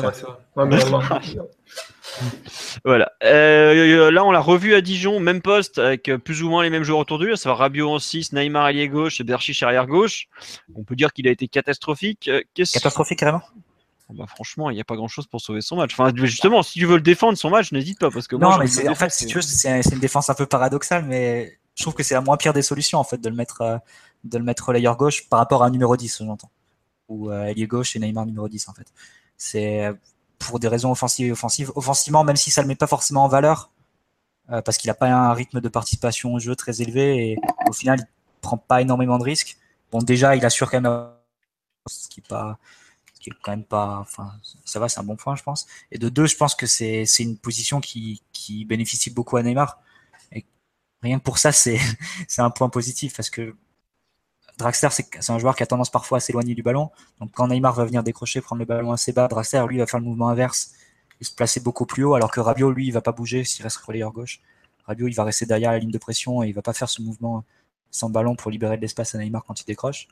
Voilà. Là, on l'a revu à Dijon, même poste, avec plus ou moins les mêmes joueurs autour de lui, à savoir Rabiot en 6, Neymar ailier gauche et Berchiche arrière gauche. On peut dire qu'il a été catastrophique. Catastrophique, carrément. Franchement, il n'y a pas grand-chose pour sauver son match. Enfin, justement, si tu veux le défendre, son match, n'hésite pas. Parce que non, mais en fait, si tu veux, c'est une défense un peu paradoxale, mais je trouve que c'est la moins pire des solutions, en fait, de le mettre relayeur gauche par rapport à un numéro 10, j'entends. Ou ailier gauche et Neymar numéro 10, en fait. C'est pour des raisons offensives et offensives. Offensivement, même si ça le met pas forcément en valeur, parce qu'il a pas un rythme de participation au jeu très élevé et au final, il prend pas énormément de risques. Bon, déjà, il assure quand même ce qui est quand même pas, enfin, ça va, c'est un bon point, je pense. Et de deux, je pense que c'est une position qui bénéficie beaucoup à Neymar. Et rien que pour ça, c'est un point positif parce que Draxler, c'est un joueur qui a tendance parfois à s'éloigner du ballon. Donc quand Neymar va venir décrocher, prendre le ballon assez bas, Draxler, lui, va faire le mouvement inverse et se placer beaucoup plus haut, alors que Rabiot, lui, il va pas bouger s'il reste relayeur gauche. Rabiot, il va rester derrière la ligne de pression et il va pas faire ce mouvement sans ballon pour libérer de l'espace à Neymar quand il décroche.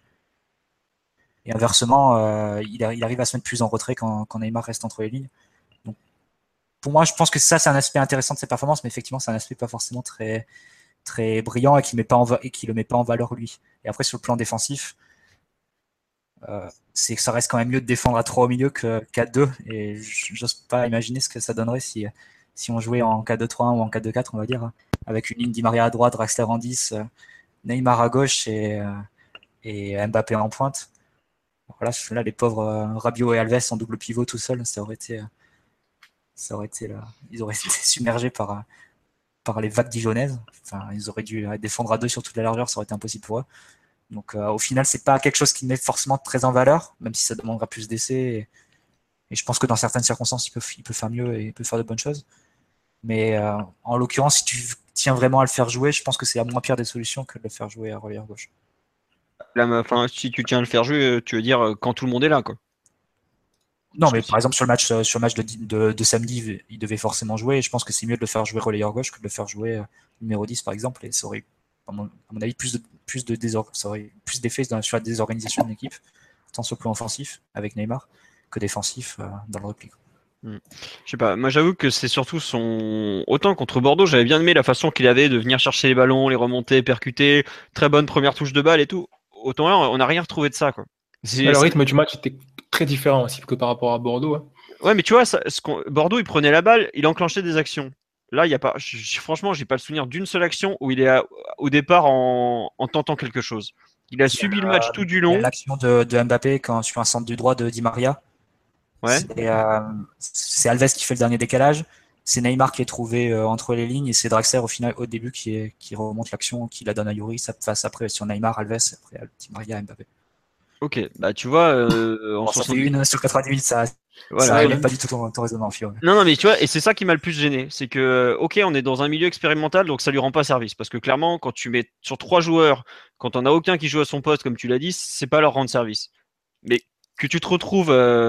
Et inversement, il arrive à se mettre plus en retrait quand Neymar reste entre les lignes. Donc, pour moi, je pense que ça, c'est un aspect intéressant de ses performances, mais effectivement, c'est un aspect pas forcément très brillant et qui le met pas en valeur lui. Et après sur le plan défensif, c'est que ça reste quand même mieux de défendre à 3 au milieu qu'à 2 et j'ose pas imaginer ce que ça donnerait si on jouait en 4-2-3-1 ou en 4-2-4 on va dire, avec une ligne Di Maria à droite, Draxler en 10, Neymar à gauche et Mbappé en pointe. Voilà, là les pauvres Rabiot et Alves en double pivot tout seul, ça aurait été là, ils auraient été submergés par les vagues dijonnaises. Enfin, ils auraient dû défendre à 2 sur toute la largeur, ça aurait été impossible pour eux. Donc au final, c'est pas quelque chose qui met forcément très en valeur, même si ça demandera plus d'essais. Et je pense que dans certaines circonstances, il peut faire mieux et il peut faire de bonnes choses. Mais en l'occurrence, si tu tiens vraiment à le faire jouer, je pense que c'est la moins pire des solutions que de le faire jouer à relayeur gauche. Enfin, si tu tiens à le faire jouer, tu veux dire quand tout le monde est là, quoi. Non, mais par exemple, sur le match de samedi, il devait forcément jouer. Et je pense que c'est mieux de le faire jouer relayeur gauche que de le faire jouer numéro 10, par exemple. Et ça aurait, à mon avis, ça aurait plus d'effet sur la désorganisation de l'équipe, tant sur le plan offensif, avec Neymar, que défensif dans le repli. Je sais pas, moi j'avoue que c'est surtout autant contre Bordeaux, j'avais bien aimé la façon qu'il avait de venir chercher les ballons, les remonter, percuter, très bonne première touche de balle et tout. Autant là, on n'a rien retrouvé de ça, quoi. Le rythme du match était très différent aussi que par rapport à Bordeaux. Hein. Ouais, mais tu vois, Bordeaux, il prenait la balle, il enclenchait des actions. Là, il y a pas. Franchement, j'ai pas le souvenir d'une seule action où il est au départ en tentant quelque chose. Il a subi le match tout du long. L'action de Mbappé sur un centre du droit de Di Maria. Ouais. C'est Alves qui fait le dernier décalage. c'est Neymar qui est trouvé entre les lignes et c'est Draxler au début qui remonte l'action, qui la donne à Yuri, ça passe après sur Neymar, Alves, après Di Maria, Mbappé. Ok, bah tu vois, ça fait une sur 90, ça n'est pas du tout ton raisonnement, Fio. Non, mais tu vois, et c'est ça qui m'a le plus gêné, c'est que, ok, on est dans un milieu expérimental, donc ça lui rend pas service, parce que clairement, quand tu mets sur 3 joueurs, quand on a aucun qui joue à son poste, comme tu l'as dit, c'est pas leur rendre service. Mais que tu te retrouves,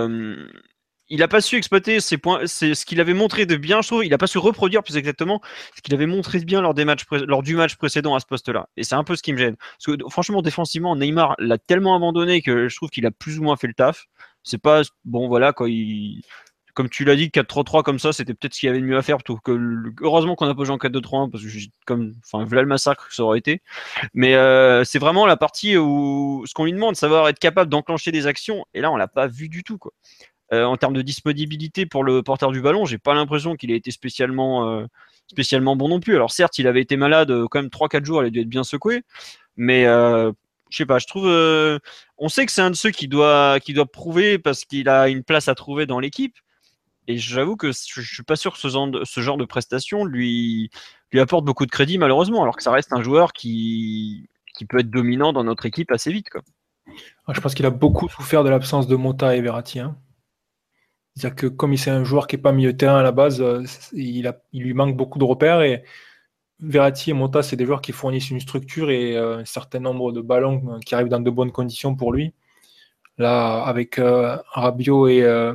il a pas su exploiter ses points, c'est ce qu'il avait montré de bien, je trouve, il a pas su reproduire plus exactement ce qu'il avait montré de bien lors du match précédent à ce poste-là. Et c'est un peu ce qui me gêne. Parce que franchement, défensivement, Neymar l'a tellement abandonné que je trouve qu'il a plus ou moins fait le taf. C'est pas, bon voilà, comme tu l'as dit, 4-3-3 comme ça, c'était peut-être ce qu'il y avait de mieux à faire. Plutôt que heureusement qu'on a pas joué en 4-2-3-1 parce que voilà le massacre que ça aurait été. Mais c'est vraiment la partie où ce qu'on lui demande, savoir être capable d'enclencher des actions. Et là, on l'a pas vu du tout, quoi. En termes de disponibilité pour le porteur du ballon, j'ai pas l'impression qu'il ait été spécialement bon non plus. Alors certes, il avait été malade quand même 3-4 jours, il a dû être bien secoué, mais je sais pas, je trouve on sait que c'est un de ceux qui doit prouver parce qu'il a une place à trouver dans l'équipe. Et j'avoue que je suis pas sûr que ce genre de prestation lui apporte beaucoup de crédit malheureusement, alors que ça reste un joueur qui peut être dominant dans notre équipe assez vite, quoi. Je pense qu'il a beaucoup souffert de l'absence de Mota et Verratti. C'est-à-dire que comme c'est un joueur qui n'est pas milieu de terrain à la base, il lui manque beaucoup de repères. Et Verratti et Mota, c'est des joueurs qui fournissent une structure et un certain nombre de ballons qui arrivent dans de bonnes conditions pour lui. Là, avec Rabiot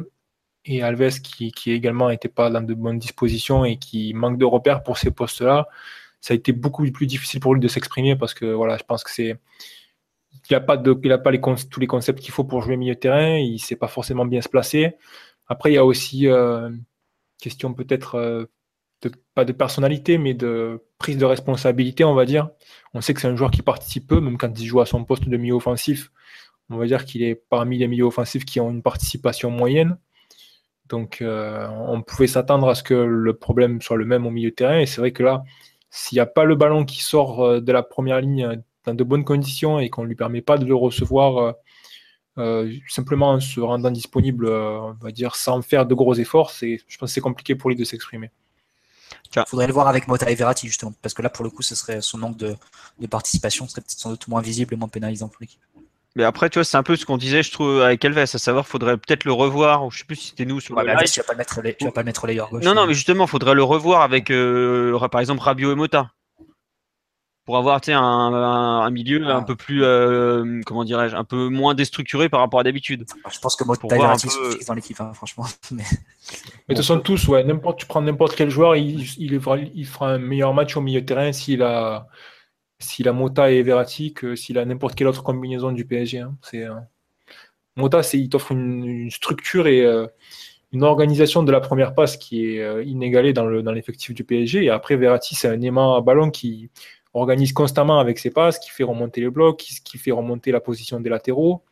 et Alves qui également n'étaient pas dans de bonnes dispositions et qui manquent de repères pour ces postes-là, ça a été beaucoup plus difficile pour lui de s'exprimer parce que voilà, je pense que il n'a pas tous les concepts qu'il faut pour jouer milieu de terrain, il ne sait pas forcément bien se placer. Après, il y a aussi question peut-être pas de personnalité, mais de prise de responsabilité, on va dire. On sait que c'est un joueur qui participe peu, même quand il joue à son poste de milieu offensif. On va dire qu'il est parmi les milieux offensifs qui ont une participation moyenne. Donc, on pouvait s'attendre à ce que le problème soit le même au milieu de terrain. Et c'est vrai que là, s'il n'y a pas le ballon qui sort de la première ligne dans de bonnes conditions et qu'on ne lui permet pas de le recevoir simplement en se rendant disponible, on va dire, sans faire de gros efforts, je pense que c'est compliqué pour lui de s'exprimer. Il faudrait le voir avec Mota et Verratti, justement, parce que là, pour le coup, son manque de participation serait peut-être sans doute moins visible et moins pénalisant pour l'équipe. Mais après, tu vois, c'est un peu ce qu'on disait, je trouve, avec Alves, à savoir, faudrait peut-être le revoir, ou je sais plus si c'était nous sur le live. Tu vas pas le mettre layer gauche. Non, mais justement, faudrait le revoir avec, par exemple, Rabiot et Mota. Pour avoir un milieu un peu plus, comment dirais-je, un peu moins déstructuré par rapport à d'habitude. Je pense que Mota et Verratti sont fixes dans l'équipe, franchement. Mais de toute façon, tous, tu prends n'importe quel joueur, il fera un meilleur match au milieu de terrain s'il a Mota et Verratti que s'il a n'importe quelle autre combinaison du PSG. Mota, il t'offre une structure et une organisation de la première passe qui est inégalée dans l'effectif du PSG. Et après, Verratti, c'est un aimant à ballon qui organise constamment avec ses passes, qui fait remonter les blocs, qui fait remonter la position des latéraux.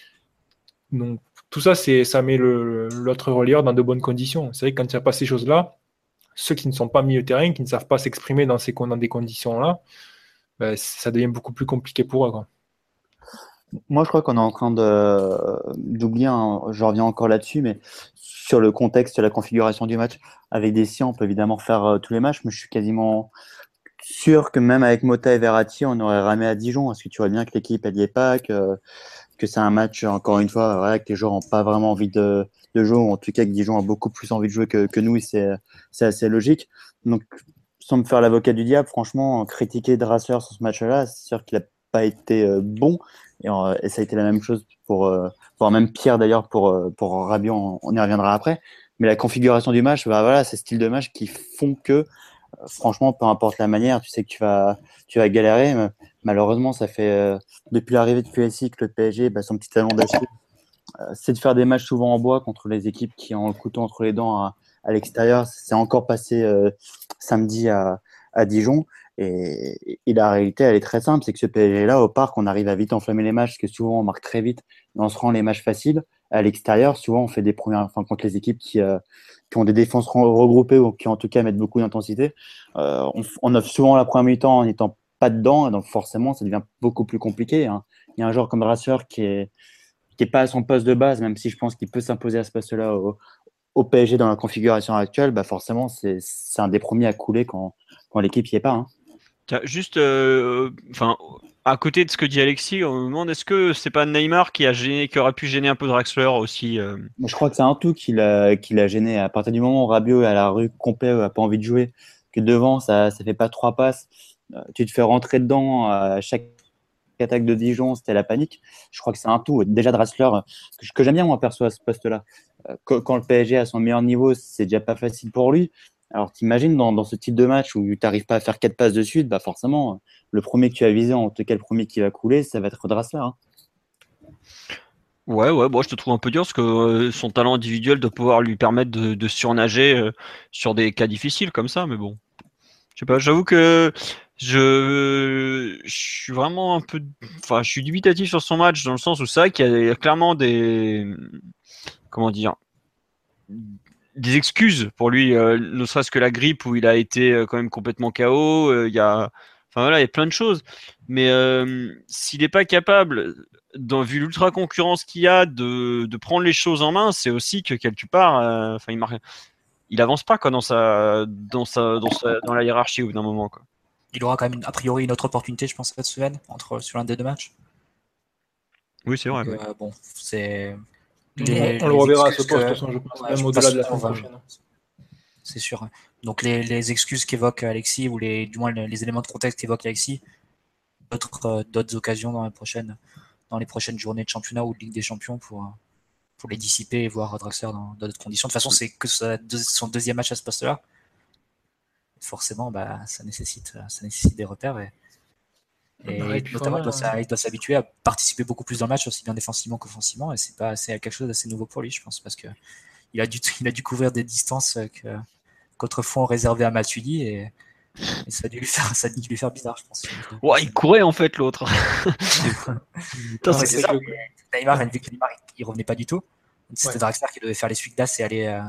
Donc, tout ça, ça met l'autre relayeur dans de bonnes conditions. C'est vrai que quand il n'y a pas ces choses-là, ceux qui ne sont pas milieu de terrain, qui ne savent pas s'exprimer dans des conditions-là, ça devient beaucoup plus compliqué pour eux, quoi. Moi, je crois qu'on est en train d'oublier, je reviens encore là-dessus, mais sur le contexte, la configuration du match, avec Dessy, on peut évidemment refaire tous les matchs, mais je suis quasiment sûr que même avec Mota et Verratti, on aurait ramé à Dijon, parce que tu vois bien que l'équipe, elle n'y est pas, que c'est un match, encore une fois, voilà, que les joueurs n'ont pas vraiment envie de jouer, ou en tout cas que Dijon a beaucoup plus envie de jouer que nous, et c'est assez logique. Donc, sans me faire l'avocat du diable, franchement, critiquer Draxler sur ce match-là, c'est sûr qu'il n'a pas été bon, et ça a été la même chose voire même pire d'ailleurs pour Rabiot, on y reviendra après. Mais la configuration du match, voilà, ces styles de match qui font que franchement, peu importe la manière, tu sais que tu vas galérer. Mais malheureusement, ça fait depuis l'arrivée de QSI que le PSG, son petit talon d'Achille, c'est de faire des matchs souvent en bois contre les équipes qui ont le couteau entre les dents à l'extérieur. C'est encore passé samedi à Dijon. Et la réalité, elle est très simple, c'est que ce PSG-là, au parc, on arrive à vite enflammer les matchs, parce que souvent on marque très vite et on se rend les matchs faciles. À l'extérieur, souvent on fait des premières, contre les équipes qui ont des défenses regroupées ou qui en tout cas mettent beaucoup d'intensité. On offre souvent la première mi-temps en n'étant pas dedans, donc forcément ça devient beaucoup plus compliqué. Il y a un joueur comme Draxler qui est pas à son poste de base, même si je pense qu'il peut s'imposer à ce poste-là au PSG dans la configuration actuelle, bah forcément, c'est un des premiers à couler quand l'équipe n'y est pas. Hein. Tiens, juste, à côté de ce que dit Alexis, on me demande est-ce que c'est pas Neymar qui aurait pu gêner un peu Draxler aussi Je crois que c'est un tout qui l'a gêné. À partir du moment où Rabiot est à la rue complet, n'a pas envie de jouer, que devant, ça fait pas 3 passes, tu te fais rentrer dedans à chaque attaque de Dijon, c'était la panique. Je crois que c'est un tout. Déjà, Draxler, que j'aime bien, moi, perso, à ce poste-là. Quand le PSG est à son meilleur niveau, c'est déjà pas facile pour lui. Alors, t'imagines, dans ce type de match où tu n'arrives pas à faire 4 passes de suite, bah forcément, le premier que tu as visé, en tout cas le premier qui va couler, ça va être Draxler. Hein. Ouais, bon, je te trouve un peu dur parce que son talent individuel doit pouvoir lui permettre de surnager sur des cas difficiles comme ça, mais bon. Je sais pas, j'avoue que je suis vraiment un peu. Enfin, je suis dubitatif sur son match dans le sens où c'est vrai qu'il y a clairement des. Comment dire? Des excuses pour lui, ne serait-ce que la grippe où il a été quand même complètement KO. Il y a. Enfin voilà, il y a plein de choses. Mais s'il n'est pas capable, vu l'ultra concurrence qu'il y a, de prendre les choses en main, c'est aussi que quelque part, il avance pas quoi, dans la hiérarchie au bout d'un moment. Quoi. Il aura quand même a priori une autre opportunité, je pense, cette semaine, sur l'un des 2 matchs. Oui, c'est vrai. Donc, bon, c'est. On le reverra à ce poste, de toute façon, je pense, même au-delà de la semaine prochaine. C'est sûr. Hein. Donc les excuses qu'évoque Alexis, ou du moins les éléments de contexte qu'évoque Alexis, d'autres occasions dans les prochaines journées de championnat ou de Ligue des Champions pour les dissiper et voir Draxler dans d'autres conditions. De toute façon, c'est que son deuxième match à ce poste-là. Forcément, bah, ça nécessite des repères. Et notamment, il doit s'habituer à participer beaucoup plus dans le match, aussi bien défensivement qu'offensivement. Et c'est quelque chose d'assez nouveau pour lui, je pense, parce que il a dû couvrir des distances qu'autrefois on réservait à Matuidi, et ça a dû lui faire bizarre, je pense. Ouais, il courait en fait l'autre. C'est ça. Neymar, vu que Neymar, il revenait pas du tout. C'était Draxler qui devait faire les l'essuie-glace et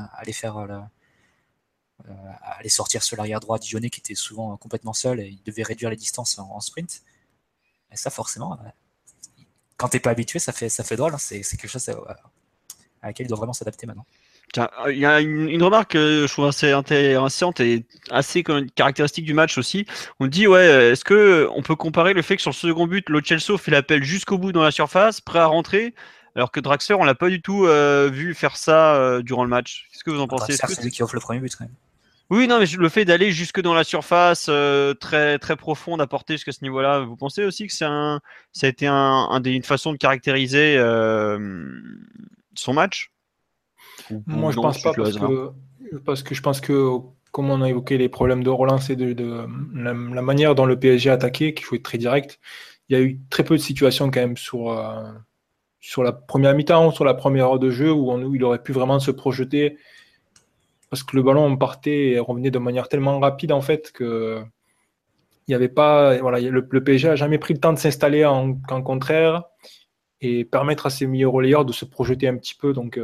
aller sortir sur l'arrière droit Dijonais qui était souvent complètement seul, et il devait réduire les distances en sprint. Et ça, forcément, quand t'es pas habitué, ça fait drôle. Hein. C'est quelque chose à laquelle il doit vraiment s'adapter maintenant. Tiens, il y a une remarque que je trouve assez intéressante et assez caractéristique du match aussi. On dit, est-ce qu'on peut comparer le fait que sur le second but, Lo Celso fait l'appel jusqu'au bout dans la surface, prêt à rentrer, alors que Draxler, on l'a pas du tout vu faire ça durant le match. Qu'est-ce que vous en pensez? Draxler, c'est lui qui offre le premier but, quand même. Oui, non, mais le fait d'aller jusque dans la surface, très très profonde, à porter jusqu'à ce niveau-là, vous pensez aussi que ça a été une façon de caractériser son match? Moi, je pense pas, parce que je pense que, comme on a évoqué les problèmes de relance et de la manière dont le PSG a attaqué, qu'il faut être très direct, il y a eu très peu de situations quand même sur la première mi-temps, sur la première heure de jeu, où il aurait pu vraiment se projeter, parce que le ballon partait et revenait de manière tellement rapide en fait que il y avait pas, voilà, le PSG a jamais pris le temps de s'installer en contraire et permettre à ses meilleurs relayeurs de se projeter un petit peu. Donc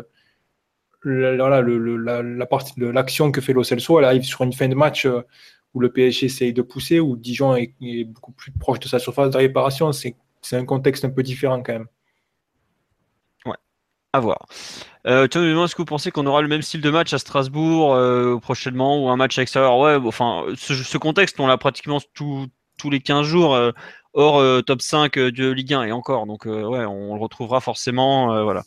la partie de l'action que fait Lo Celso, elle arrive sur une fin de match où le PSG essaye de pousser, où Dijon est beaucoup plus proche de sa surface de réparation. C'est un contexte un peu différent quand même. Ouais, à voir. Est-ce que vous pensez qu'on aura le même style de match à Strasbourg prochainement, ou un match à extérieur? Ouais, enfin, ce contexte, on l'a pratiquement tous les 15 jours, hors top 5 de Ligue 1 et encore. Donc, on le retrouvera forcément. Voilà.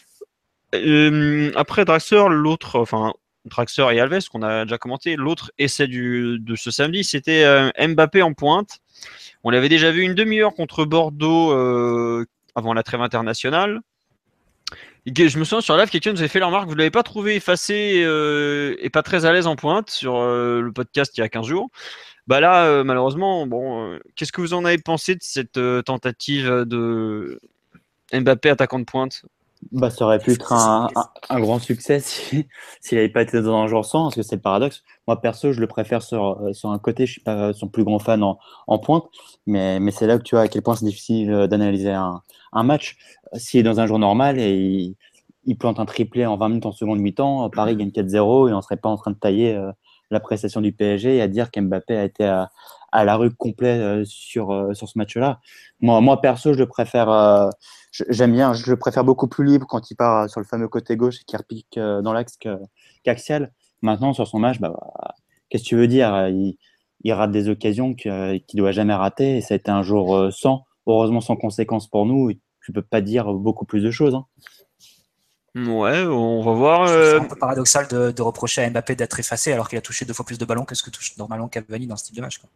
Après Draxler, Draxler et Alves, qu'on a déjà commenté, l'autre essai de ce samedi, c'était Mbappé en pointe. On l'avait déjà vu une demi-heure contre Bordeaux avant la trêve internationale. Je me souviens sur live, quelqu'un nous avait fait la remarque, vous ne l'avez pas trouvé effacé et pas très à l'aise en pointe sur le podcast il y a 15 jours. Bah là, malheureusement, qu'est-ce que vous en avez pensé de cette tentative de Mbappé attaquant de pointe? Bah, ça aurait pu être un grand succès s'il n'avait pas été dans un joueur sans, parce que c'est le paradoxe. Moi, perso, je le préfère sur un côté. Je suis pas son plus grand fan en pointe, mais c'est là que tu vois à quel point c'est difficile d'analyser un match. S'il est dans un jour normal et il plante un triplé en 20 minutes en seconde mi-temps, Paris gagne 4-0 et on ne serait pas en train de tailler la prestation du PSG et à dire qu'Mbappé a été à à la rue complet sur ce match-là. Moi, perso, j'aime bien, je le préfère beaucoup plus libre quand il part sur le fameux côté gauche et qu'il repique dans l'axe qu'Axial. Maintenant, sur son match, qu'est-ce que tu veux dire? Il rate des occasions qu'il ne doit jamais rater. Et ça a été un jour heureusement sans conséquences pour nous. Et tu ne peux pas dire beaucoup plus de choses. Hein. Ouais, on va voir. C'est un peu paradoxal de reprocher à Mbappé d'être effacé alors qu'il a touché 2 fois plus de ballons que ce que touche normalement Cavani dans ce type de match. Quoi.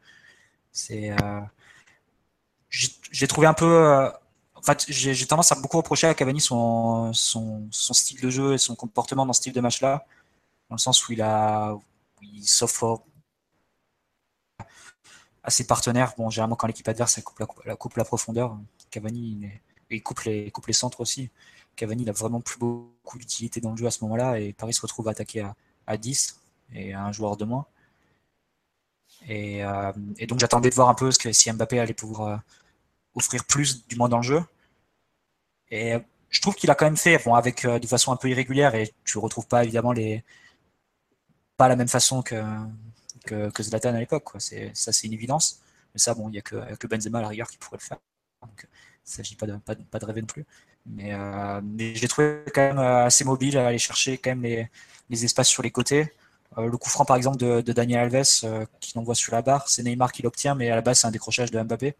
J'ai trouvé un peu. En fait, j'ai tendance à beaucoup reprocher à Cavani son style de jeu et son comportement dans ce type de match-là, dans le sens où il s'offre à ses partenaires. Bon, généralement quand l'équipe adverse coupe la profondeur, Cavani il coupe les centres aussi. Cavani n'a vraiment plus beaucoup d'utilité dans le jeu à ce moment-là et Paris se retrouve attaqué à 10 et à un joueur de moins. Et donc j'attendais de voir un peu si Mbappé allait pouvoir offrir plus, du moins dans le jeu. Et je trouve qu'il a quand même fait, de façon un peu irrégulière, et tu ne retrouves pas évidemment pas la même façon que Zlatan à l'époque. Quoi. C'est une évidence. Mais ça, il n'y a que Benzema à la rigueur qui pourrait le faire. Donc il ne s'agit pas de rêver non plus. Mais je l'ai trouvé quand même assez mobile à aller chercher quand même les espaces sur les côtés. Le coup franc par exemple de Daniel Alves qui l'envoie sur la barre, c'est Neymar qui l'obtient, mais à la base c'est un décrochage de Mbappé.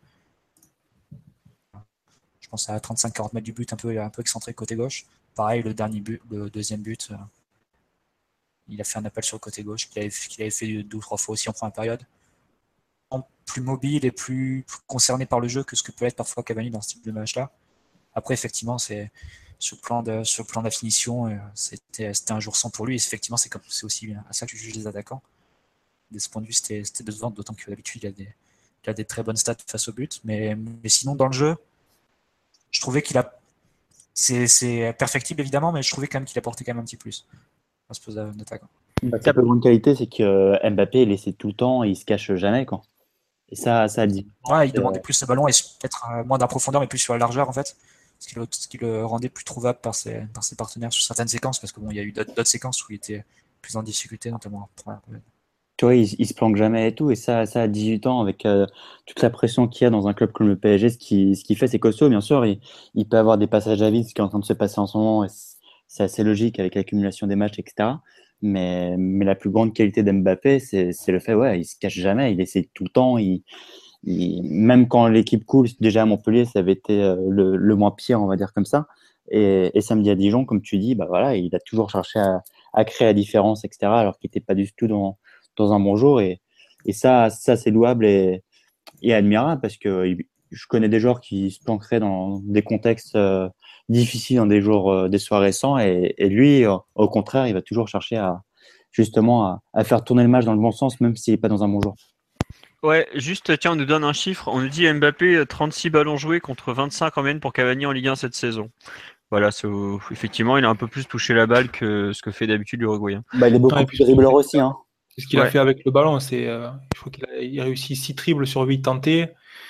Je pense à 35-40 mètres du but, un peu excentré côté gauche. Pareil, le deuxième but, il a fait un appel sur le côté gauche qu'il avait fait 2 ou 3 fois aussi en première période. Plus mobile et plus concerné par le jeu que ce que peut être parfois Cavani dans ce type de match-là. Après, effectivement, c'est sur le plan de la finition, c'était un jour sans pour lui. Et effectivement, c'est aussi à ça que je juge les attaquants. De ce point de vue, c'était décevant, d'autant que d'habitude, il a des très bonnes stats face au but. Mais sinon, dans le jeu, je trouvais c'est perfectible évidemment, mais je trouvais quand même qu'il apportait quand même un petit plus à ce poste d'attaquant. Sa plus grande qualité, c'est que Mbappé est laissé tout le temps et il se cache jamais. Quoi. Et ça dit. Ouais, il demandait plus le ballon et peut-être moins de profondeur, mais plus sur la largeur en fait. Ce qui le rendait plus trouvable par ses partenaires sur certaines séquences, parce que il y a eu d'autres séquences où il était plus en difficulté, notamment en première période. Tu vois, il se planque jamais et tout. Et ça à 18 ans, avec toute la pression qu'il y a dans un club comme le PSG, ce qu'il fait, c'est costaud, bien sûr. Il peut avoir des passages à vide, ce qui est en train de se passer en ce moment. Et c'est assez logique avec l'accumulation des matchs, etc. Mais la plus grande qualité d'Mbappé, c'est le fait, il se cache jamais. Il essaie tout le temps. Même quand l'équipe coule, déjà à Montpellier, ça avait été le moins pire, on va dire comme ça. Et samedi à Dijon, comme tu dis, il a toujours cherché à créer la différence, etc. Alors qu'il n'était pas du tout dans un bon jour. Et ça c'est louable et admirable, parce que je connais des joueurs qui se planqueraient dans des contextes difficiles, dans des jours, des soirs récents. Et lui, au contraire, il va toujours chercher justement à faire tourner le match dans le bon sens, même s'il n'est pas dans un bon jour. Ouais, juste, tiens, on nous donne un chiffre. On nous dit Mbappé, 36 ballons joués contre 25 en moyenne pour Cavani en Ligue 1 cette saison. Voilà, effectivement, il a un peu plus touché la balle que ce que fait d'habitude l'Uruguayen. Il est beaucoup plus dribbleur aussi. Hein. C'est ce qu'il a fait avec le ballon. Je crois qu'il a réussi 6 dribbles sur 8 tentés.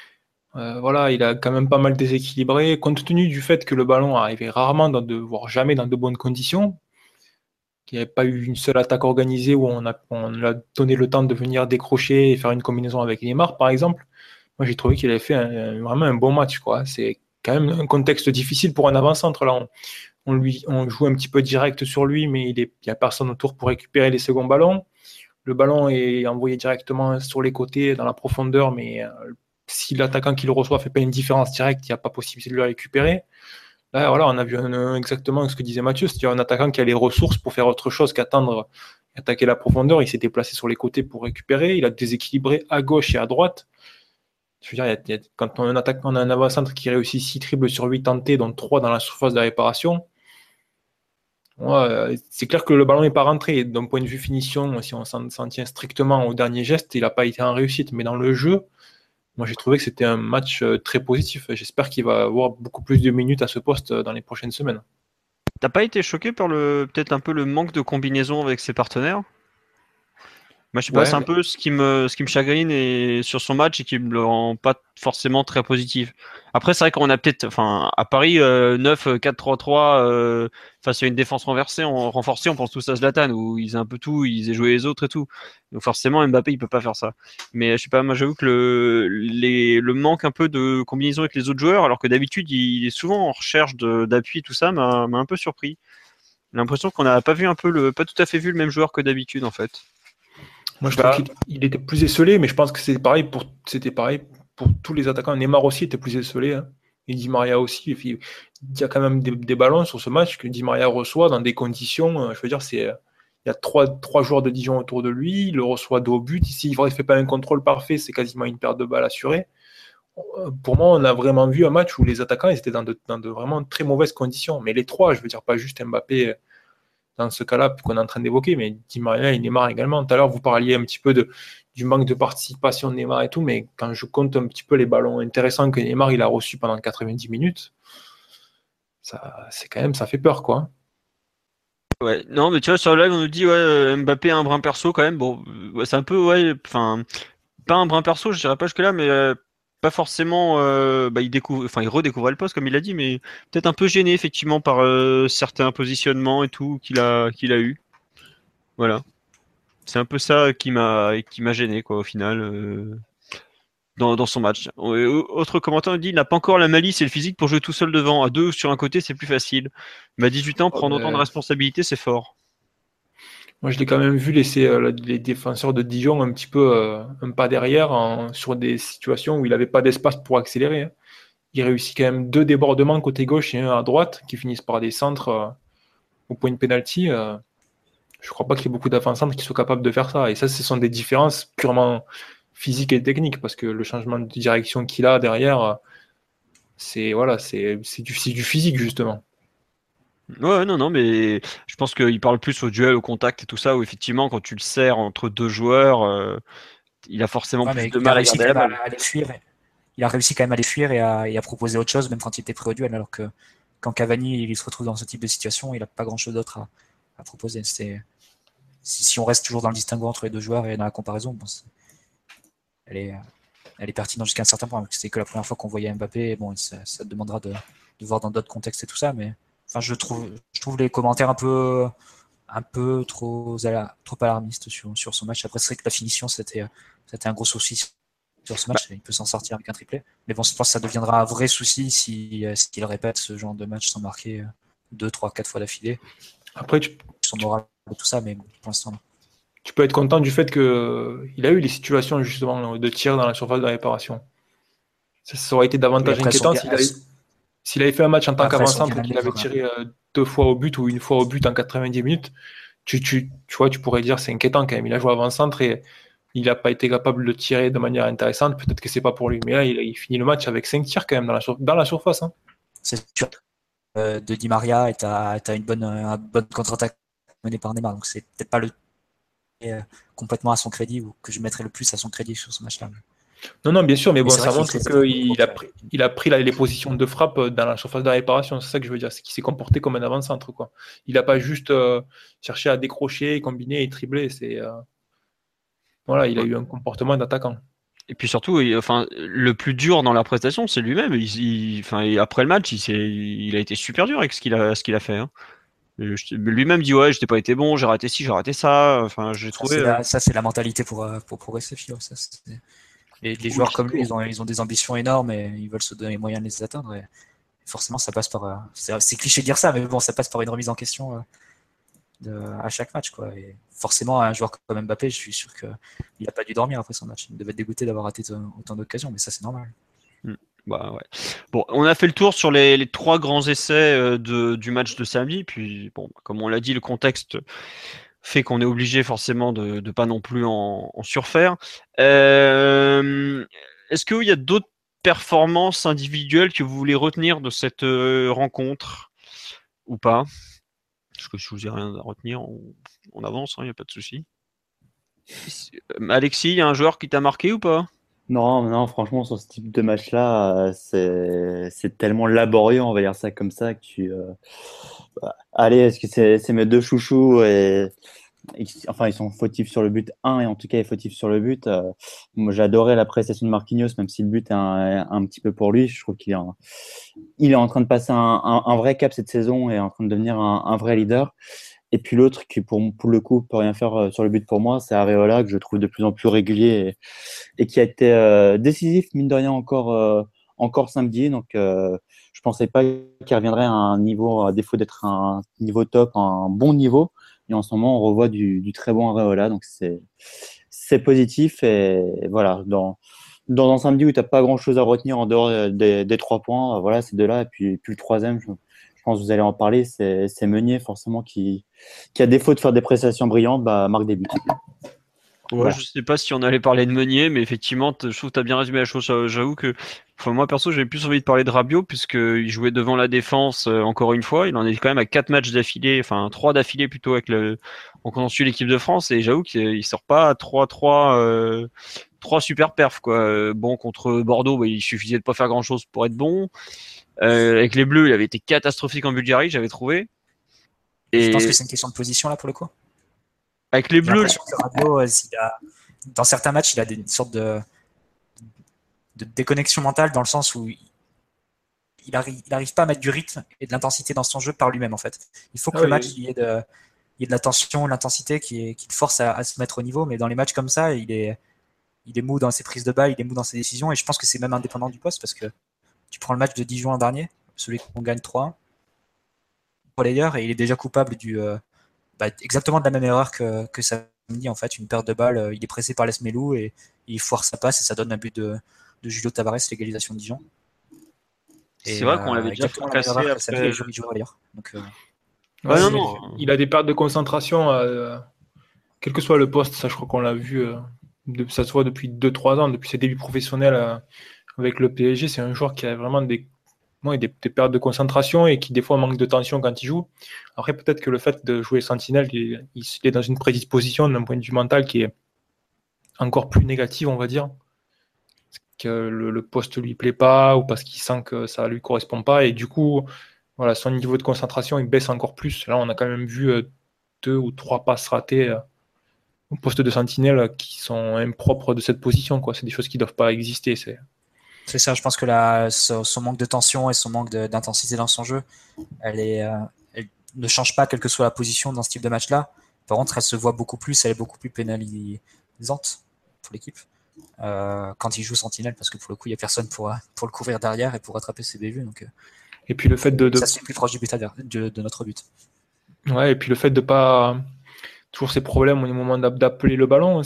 Il a quand même pas mal déséquilibré. Compte tenu du fait que le ballon arrivait rarement, voire jamais dans de bonnes conditions, qu'il n'y avait pas eu une seule attaque organisée où on a donné le temps de venir décrocher et faire une combinaison avec Neymar, par exemple. Moi, j'ai trouvé qu'il avait fait vraiment un bon match. Quoi. C'est quand même un contexte difficile pour un avant-centre. Là, on joue un petit peu direct sur lui, mais il n'y a personne autour pour récupérer les seconds ballons. Le ballon est envoyé directement sur les côtés, dans la profondeur, mais si l'attaquant qui le reçoit ne fait pas une différence directe, il n'y a pas possibilité de le récupérer. Là, on a vu exactement ce que disait Mathieu, c'est-à-dire un attaquant qui a les ressources pour faire autre chose qu'attendre, attaquer la profondeur. Il s'est déplacé sur les côtés pour récupérer. Il a déséquilibré à gauche et à droite. Je veux dire, quand on a un avant-centre qui réussit 6 dribbles sur 8 tentés, dont 3 dans la surface de réparation, c'est clair que le ballon n'est pas rentré. D'un point de vue finition, si on s'en tient strictement au dernier geste, il n'a pas été en réussite. Mais dans le jeu, moi, j'ai trouvé que c'était un match très positif. J'espère qu'il va avoir beaucoup plus de minutes à ce poste dans les prochaines semaines. T'as pas été choqué par peut-être un peu le manque de combinaison avec ses partenaires ? Moi, je sais pas, c'est un peu ce qui me chagrine et sur son match et qui me le rend pas forcément très positif. Après, c'est vrai qu'on a peut-être, à Paris, 9-4-3-3 face à une défense renversée, renforcée, on pense tous à Zlatan où ils aient un peu tout, ils aient joué les autres et tout. Donc forcément, Mbappé, il peut pas faire ça. Mais je sais pas, moi, j'avoue que le manque un peu de combinaison avec les autres joueurs, alors que d'habitude, il est souvent en recherche d'appui, tout ça, m'a un peu surpris. J'ai l'impression qu'on n'a pas vu pas tout à fait vu le même joueur que d'habitude, en fait. Moi, je trouve qu'il était plus esselé, mais je pense que c'était pareil pour tous les attaquants. Neymar aussi était plus esselé, hein. Et Di Maria aussi. Et puis, il y a quand même des ballons sur ce match que Di Maria reçoit dans des conditions. Je veux dire, il y a trois joueurs de Dijon autour de lui. Il le reçoit dos au but. S'il ne fait pas un contrôle parfait, c'est quasiment une perte de balle assurée. Pour moi, on a vraiment vu un match où les attaquants ils étaient dans de vraiment très mauvaises conditions. Mais les trois, je veux dire, pas juste Mbappé dans ce cas-là qu'on est en train d'évoquer, mais Di Maria et Neymar également. Tout à l'heure, vous parliez un petit peu du manque de participation de Neymar et tout, mais quand je compte un petit peu les ballons intéressants que Neymar il a reçus pendant 90 minutes, ça fait peur, quoi. Ouais, non, mais tu vois, sur le live, on nous dit, Mbappé a un brin perso quand même. Bon, c'est un peu, pas un brin perso, je dirais pas jusque-là, mais pas forcément. Il redécouvrait le poste, comme il a dit, mais peut-être un peu gêné, effectivement, par certains positionnements et tout qu'il a eu. Voilà. C'est un peu ça qui m'a gêné, quoi, au final. Dans son match. Autre commentaire, il dit il n'a pas encore la malice et le physique pour jouer tout seul devant. À deux sur un côté, c'est plus facile. Mais à 18 ans, prendre autant de responsabilités, c'est fort. Moi, je l'ai quand même vu laisser les défenseurs de Dijon un petit peu un pas derrière sur des situations où il n'avait pas d'espace pour accélérer, hein. Il réussit quand même 2 débordements côté gauche et un à droite qui finissent par des centres au point de pénalty. Je ne crois pas qu'il y ait beaucoup d'avant-centres qui soient capables de faire ça. Et ça, ce sont des différences purement physiques et techniques parce que le changement de direction qu'il a derrière, c'est du physique justement. Ouais, non, mais je pense qu'il parle plus au duel, au contact et tout ça, où effectivement, quand tu le serres entre deux joueurs, il a forcément plus de mal à garder la balle. Il a réussi quand même à les fuir et à proposer autre chose, même quand il était prêt au duel, alors que quand Cavani il se retrouve dans ce type de situation, il n'a pas grand-chose d'autre à proposer. Si on reste toujours dans le distinguo entre les deux joueurs et dans la comparaison, bon, elle est pertinente jusqu'à un certain point. C'est que la première fois qu'on voyait Mbappé, bon, ça demandera de voir dans d'autres contextes et tout ça, mais enfin, je trouve les commentaires un peu trop alarmistes sur son match. Après, c'est vrai que la finition, c'était un gros souci sur ce match. Il peut s'en sortir avec un triplé. Mais bon, je pense que ça deviendra un vrai souci s'il répète ce genre de match sans marquer 2, 3, 4 fois d'affilée. Après, son moral et tout ça, mais pour l'instant, non. Tu peux être content du fait qu'il a eu les situations justement de tir dans la surface de réparation. Ça aurait été davantage inquiétant s'il avait fait un match en tant qu'avant-centre et qu'il avait tiré 2 fois au but ou une fois au but en 90 minutes. Tu vois, tu pourrais dire c'est inquiétant quand même. Il a joué avant-centre et il n'a pas été capable de tirer de manière intéressante. Peut-être que c'est pas pour lui. Mais là, il finit le match avec 5 tirs quand même dans la surface. Hein. C'est sûr. De Di Maria et t'as une bonne contre-attaque menée par Neymar. Donc c'est peut-être pas le complètement à son crédit ou que je mettrais le plus à son crédit sur ce match-là. Non, bien sûr, mais bon, ça montre qu'il a pris les positions de frappe dans la surface de réparation. C'est ça que je veux dire, c'est qu'il s'est comporté comme un avant-centre, quoi. Il n'a pas juste cherché à décrocher, combiner et tribler. Voilà, il a eu un comportement d'attaquant. Et puis surtout, le plus dur dans la prestation, c'est lui-même. Après le match, il a été super dur avec ce qu'il a fait. Hein. Lui-même dit ouais, j'étais pas été bon, j'ai raté ci, j'ai raté ça. Enfin, j'ai trouvé. Ça, c'est la mentalité pour progresser, Philo. Les joueurs comme lui, ils ont des ambitions énormes et ils veulent se donner les moyens de les atteindre. Et forcément, ça passe par. C'est cliché de dire ça, mais bon, ça passe par une remise en question à chaque match, quoi. Et forcément, un joueur comme Mbappé, je suis sûr qu'il n'a pas dû dormir après son match. Il devait être dégoûté d'avoir raté autant d'occasions, mais ça, c'est normal. Bah ouais. Bon, on a fait le tour sur les 3 grands essais du match de samedi. Puis bon, comme on l'a dit, le contexte fait qu'on est obligé forcément de pas non plus en surfaire. Est-ce qu'il y a d'autres performances individuelles que vous voulez retenir de cette rencontre ou pas? Parce que si vous n'avez rien à retenir, on avance, il n'y a pas de souci. Alexis, il y a un joueur qui t'a marqué ou pas? Non, franchement, sur ce type de match-là, c'est tellement laborieux, on va dire ça comme ça, que allez, est-ce que c'est mes deux chouchous et Ils sont fautifs sur le but 1 et en tout cas, ils sont fautifs sur le but. Moi, j'adorais la prestation de Marquinhos, même si le but est un petit peu pour lui. Je trouve il est en train de passer un vrai cap cette saison et en train de devenir un vrai leader. Et puis l'autre qui, pour le coup, peut rien faire sur le but pour moi, c'est Areola, que je trouve de plus en plus régulier et qui a été décisif, mine de rien, encore samedi. Donc, je pensais pas qu'il reviendrait à un niveau, à défaut d'être un niveau top, un bon niveau. Et en ce moment, on revoit du très bon Areola. Donc, c'est positif. Et voilà, dans un samedi où tu n'as pas grand-chose à retenir en dehors des 3 points, voilà, ces deux-là. Et puis le troisième, je pense que vous allez en parler, c'est Meunier, forcément, qui à défaut de faire des prestations brillantes, marque des buts. Ouais, Voilà. je sais pas si on allait parler de Meunier, mais effectivement, je trouve que tu as bien résumé la chose. J'avoue que moi, perso, j'avais plus envie de parler de Rabiot, puisqu'il jouait devant la défense encore une fois. Il en est quand même à 4 matchs d'affilée, enfin 3 d'affilée plutôt, en quand on suit l'équipe de France, et j'avoue qu'il sort pas à 3 super perfs, quoi. Bon, contre Bordeaux, il suffisait de pas faire grand-chose pour être bon. Avec les Bleus, il avait été catastrophique en Bulgarie, j'avais trouvé. Je pense que c'est une question de position là pour le coup. Avec les J'ai Bleus, l'impression que Rabiot, dans certains matchs, il a une sorte de déconnexion mentale dans le sens où il arrive pas à mettre du rythme et de l'intensité dans son jeu par lui-même en fait. Il faut que le match il y ait de la tension, de l'intensité qui le force à se mettre au niveau, mais dans les matchs comme ça, il est mou dans ses prises de balle, il est mou dans ses décisions, et je pense que c'est même indépendant du poste parce que tu prends le match de 10 juin dernier, celui qu'on gagne 3-1, d'ailleurs, et il est déjà coupable exactement de la même erreur que samedi en fait, une perte de balle, il est pressé par Lesmelou et il foire sa passe et ça donne un but de Julio Tavares, l'égalisation de Dijon. C'est vrai qu'on l'avait déjà fracassé après. Il a des pertes de concentration, quel que soit le poste. Ça, je crois qu'on l'a vu, ça se voit depuis 2-3 ans, depuis ses débuts professionnels avec le PSG. C'est un joueur qui a vraiment des pertes de concentration et qui, des fois, manque de tension quand il joue. Après, peut-être que le fait de jouer sentinelle, il est dans une prédisposition d'un point de vue mental qui est encore plus négative, on va dire. Que le poste lui plaît pas ou parce qu'il sent que ça lui correspond pas et du coup voilà, son niveau de concentration il baisse encore plus. Là on a quand même vu 2 ou 3 passes ratées au poste de sentinelle qui sont impropres de cette position, quoi. C'est des choses qui doivent pas exister. C'est ça, je pense que son manque de tension et son manque d'intensité dans son jeu, elle ne change pas quelle que soit la position dans ce type de match là. Par contre elle se voit beaucoup plus, elle est beaucoup plus pénalisante pour l'équipe. Quand il joue sentinelle, parce que pour le coup il n'y a personne pour le couvrir derrière et pour rattraper ses bévues, donc et puis le fait ça se fait plus proche du but de notre but. Ouais, et puis le fait de pas toujours ces problèmes au moment d'appeler le ballon,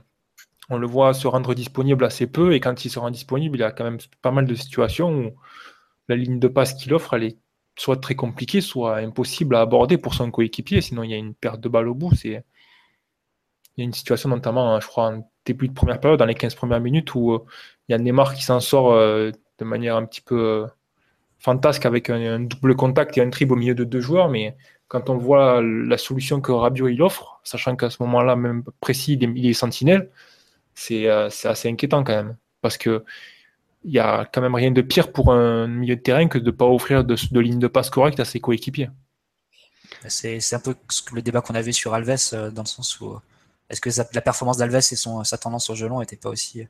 on le voit se rendre disponible assez peu, et quand il se rend disponible, il y a quand même pas mal de situations où la ligne de passe qu'il offre, elle est soit très compliquée, soit impossible à aborder pour son coéquipier, sinon il y a une perte de balle au bout. Il y a une situation notamment, je crois, en début de première période, dans les 15 premières minutes, où il y a Neymar qui s'en sort de manière un petit peu fantasque avec un double contact et un dribble au milieu de 2 joueurs, mais quand on voit la solution que Rabiot il offre, sachant qu'à ce moment-là, même précis, il est sentinelle, c'est assez inquiétant quand même, parce que il y a quand même rien de pire pour un milieu de terrain que de ne pas offrir de ligne de passe correcte à ses coéquipiers. C'est un peu le débat qu'on avait sur Alves, dans le sens où est-ce que la performance d'Alves et sa tendance au jeu long n'était pas aussi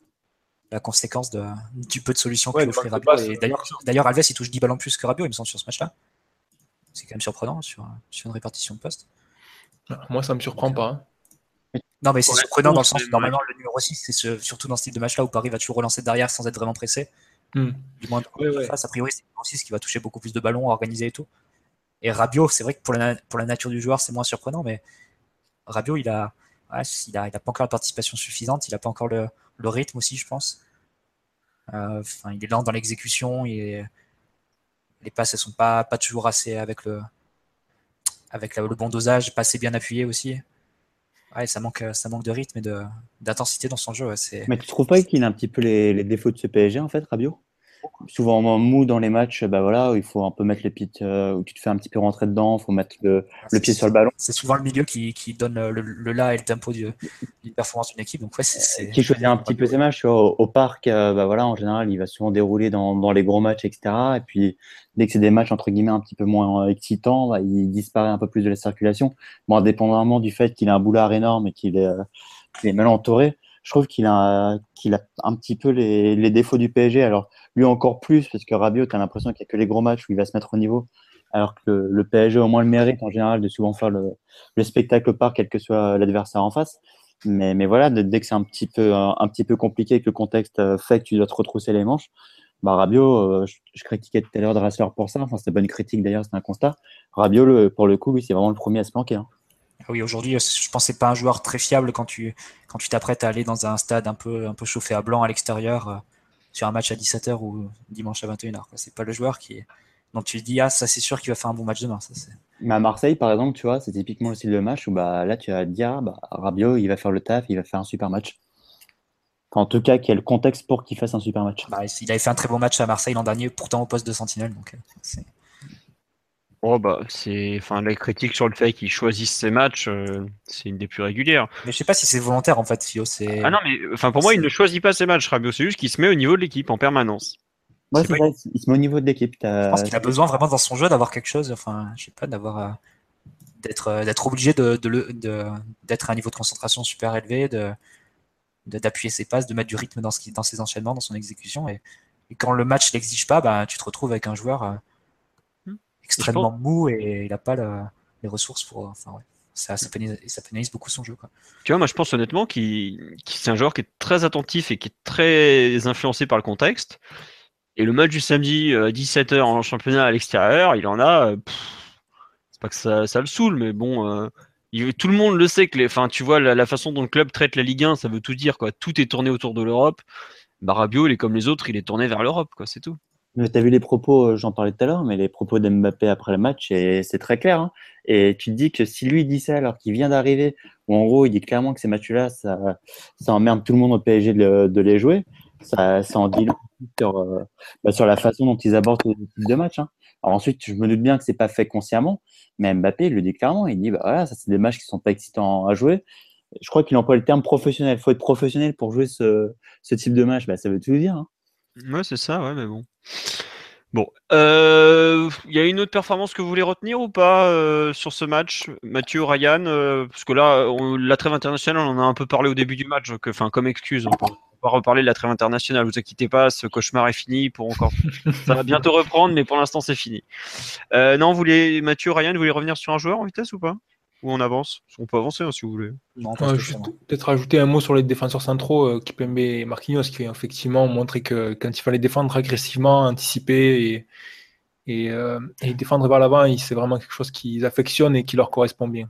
la conséquence du peu de solutions qu'offrait Rabiot. Et d'ailleurs, Alves il touche 10 ballons plus que Rabiot, il me semble, sur ce match-là. C'est quand même surprenant sur une répartition de poste. Moi, ça ne me surprend pas. Hein. Non, mais c'est surprenant dans le sens où normalement le numéro 6, c'est surtout dans ce type de match-là où Paris va toujours relancer derrière sans être vraiment pressé. Du moins, face, a priori, c'est le numéro 6 qui va toucher beaucoup plus de ballons, organiser et tout. Et Rabiot, c'est vrai que pour la nature du joueur, c'est moins surprenant, mais Rabiot, il a pas encore la participation suffisante, il n'a pas encore le rythme aussi, je pense. Il est lent dans l'exécution, les passes elles sont pas toujours assez avec le bon dosage, pas assez bien appuyé aussi. Ouais, ça manque de rythme et d'intensité dans son jeu. Ouais, mais tu trouves pas qu'il a un petit peu les défauts de ce PSG en fait, Rabiot? souvent mou dans les matchs, bah voilà, où il faut un peu mettre les pieds, où tu te fais un petit peu rentrer dedans, il faut mettre le pied sur le ballon. C'est souvent le milieu qui donne le là et le tempo d'une performance d'une équipe. Donc ouais, qui choisit un petit peu ses matchs, tu vois, au parc, bah voilà, en général, il va souvent dérouler dans les gros matchs, etc. Et puis, dès que c'est des matchs, entre guillemets, un petit peu moins excitants, bah, il disparaît un peu plus de la circulation. Bon, indépendamment du fait qu'il a un boulard énorme et qu'il est mal entouré, je trouve qu'il a un petit peu les défauts du PSG. Alors, lui encore plus, parce que Rabiot, tu as l'impression qu'il n'y a que les gros matchs où il va se mettre au niveau, alors que le PSG au moins le mérite en général de souvent faire le spectacle au parc, quel que soit l'adversaire en face. Mais voilà, dès que c'est un petit peu compliqué, que le contexte fait que tu dois te retrousser les manches, bah Rabiot, je critiquais tout à l'heure Dressler pour ça, enfin c'était pas une critique d'ailleurs, c'est un constat. Rabiot, pour le coup, lui, c'est vraiment le premier à se planquer. Hein. Oui, aujourd'hui, je pense que c'est pas un joueur très fiable quand tu t'apprêtes à aller dans un stade un peu chauffé à blanc à l'extérieur sur un match à 17h ou dimanche à 21h. C'est pas le joueur dont tu te dis ça c'est sûr qu'il va faire un bon match demain. Ça, mais à Marseille, par exemple, tu vois, c'est typiquement le style de match où bah, là tu vas te dire Rabiot, il va faire le taf, il va faire un super match. Enfin, en tout cas, qu'il y ait le contexte pour qu'il fasse un super match. Bah, il avait fait un très bon match à Marseille l'an dernier, pourtant au poste de sentinelle. Donc, la critique sur le fait qu'il choisisse ses matchs, c'est une des plus régulières. Mais je sais pas si c'est volontaire en fait, Fio. Ah non, mais pour moi, il ne choisit pas ses matchs, Rabiot. C'est juste qu'il se met au niveau de l'équipe en permanence. Ouais, c'est ça, il se met au niveau de l'équipe. Je pense qu'il a besoin vraiment dans son jeu d'avoir quelque chose. Enfin, je sais pas, d'être obligé d'être à un niveau de concentration super élevé, d'appuyer ses passes, de mettre du rythme dans ses enchaînements, dans son exécution. Et quand le match l'exige pas, bah, tu te retrouves avec un joueur extrêmement mou et il n'a pas les ressources pour. Enfin, ouais. Ça pénalise beaucoup son jeu. Quoi. Tu vois, moi je pense honnêtement qu'il c'est un joueur qui est très attentif et qui est très influencé par le contexte. Et le match du samedi à 17h en championnat à l'extérieur, il en a. C'est pas que ça le saoule, mais bon, tout le monde le sait que tu vois la façon dont le club traite la Ligue 1, ça veut tout dire quoi. Tout est tourné autour de l'Europe. Rabiot, il est comme les autres, il est tourné vers l'Europe, quoi. C'est tout. Tu as vu les propos, j'en parlais tout à l'heure, mais les propos d'Mbappé après le match, et c'est très clair. Hein. Et tu te dis que si lui dit ça alors qu'il vient d'arriver, ou en gros il dit clairement que ces matchs-là, ça emmerde tout le monde au PSG de les jouer, ça en dit sur la façon dont ils abordent le type de match. Hein. Alors ensuite, je me doute bien que c'est pas fait consciemment, mais Mbappé il le dit clairement, il dit voilà, ça c'est des matchs qui sont pas excitants à jouer. Je crois qu'il emploie le terme professionnel. Il faut être professionnel pour jouer ce type de match. Ça veut tout dire. Hein. Ouais, c'est ça, ouais, mais bon. Bon, il y a une autre performance que vous voulez retenir ou pas sur ce match, Mathieu, Ryan, parce que là, la trêve internationale, on en a un peu parlé au début du match, donc, comme excuse, on va reparler de la trêve internationale. Vous inquiétez pas, ce cauchemar est fini pour encore. Ça va bientôt reprendre, mais pour l'instant, c'est fini. Non, Mathieu, Ryan, vous voulez revenir sur un joueur en vitesse ou pas? Ou on avance? On peut avancer si vous voulez. Non, juste peut-être ajouter un mot sur les défenseurs centraux, Kimpembe et Marquinhos, qui effectivement ont montré que quand il fallait défendre agressivement, anticiper et défendre vers l'avant, c'est vraiment quelque chose qu'ils affectionnent et qui leur correspond bien.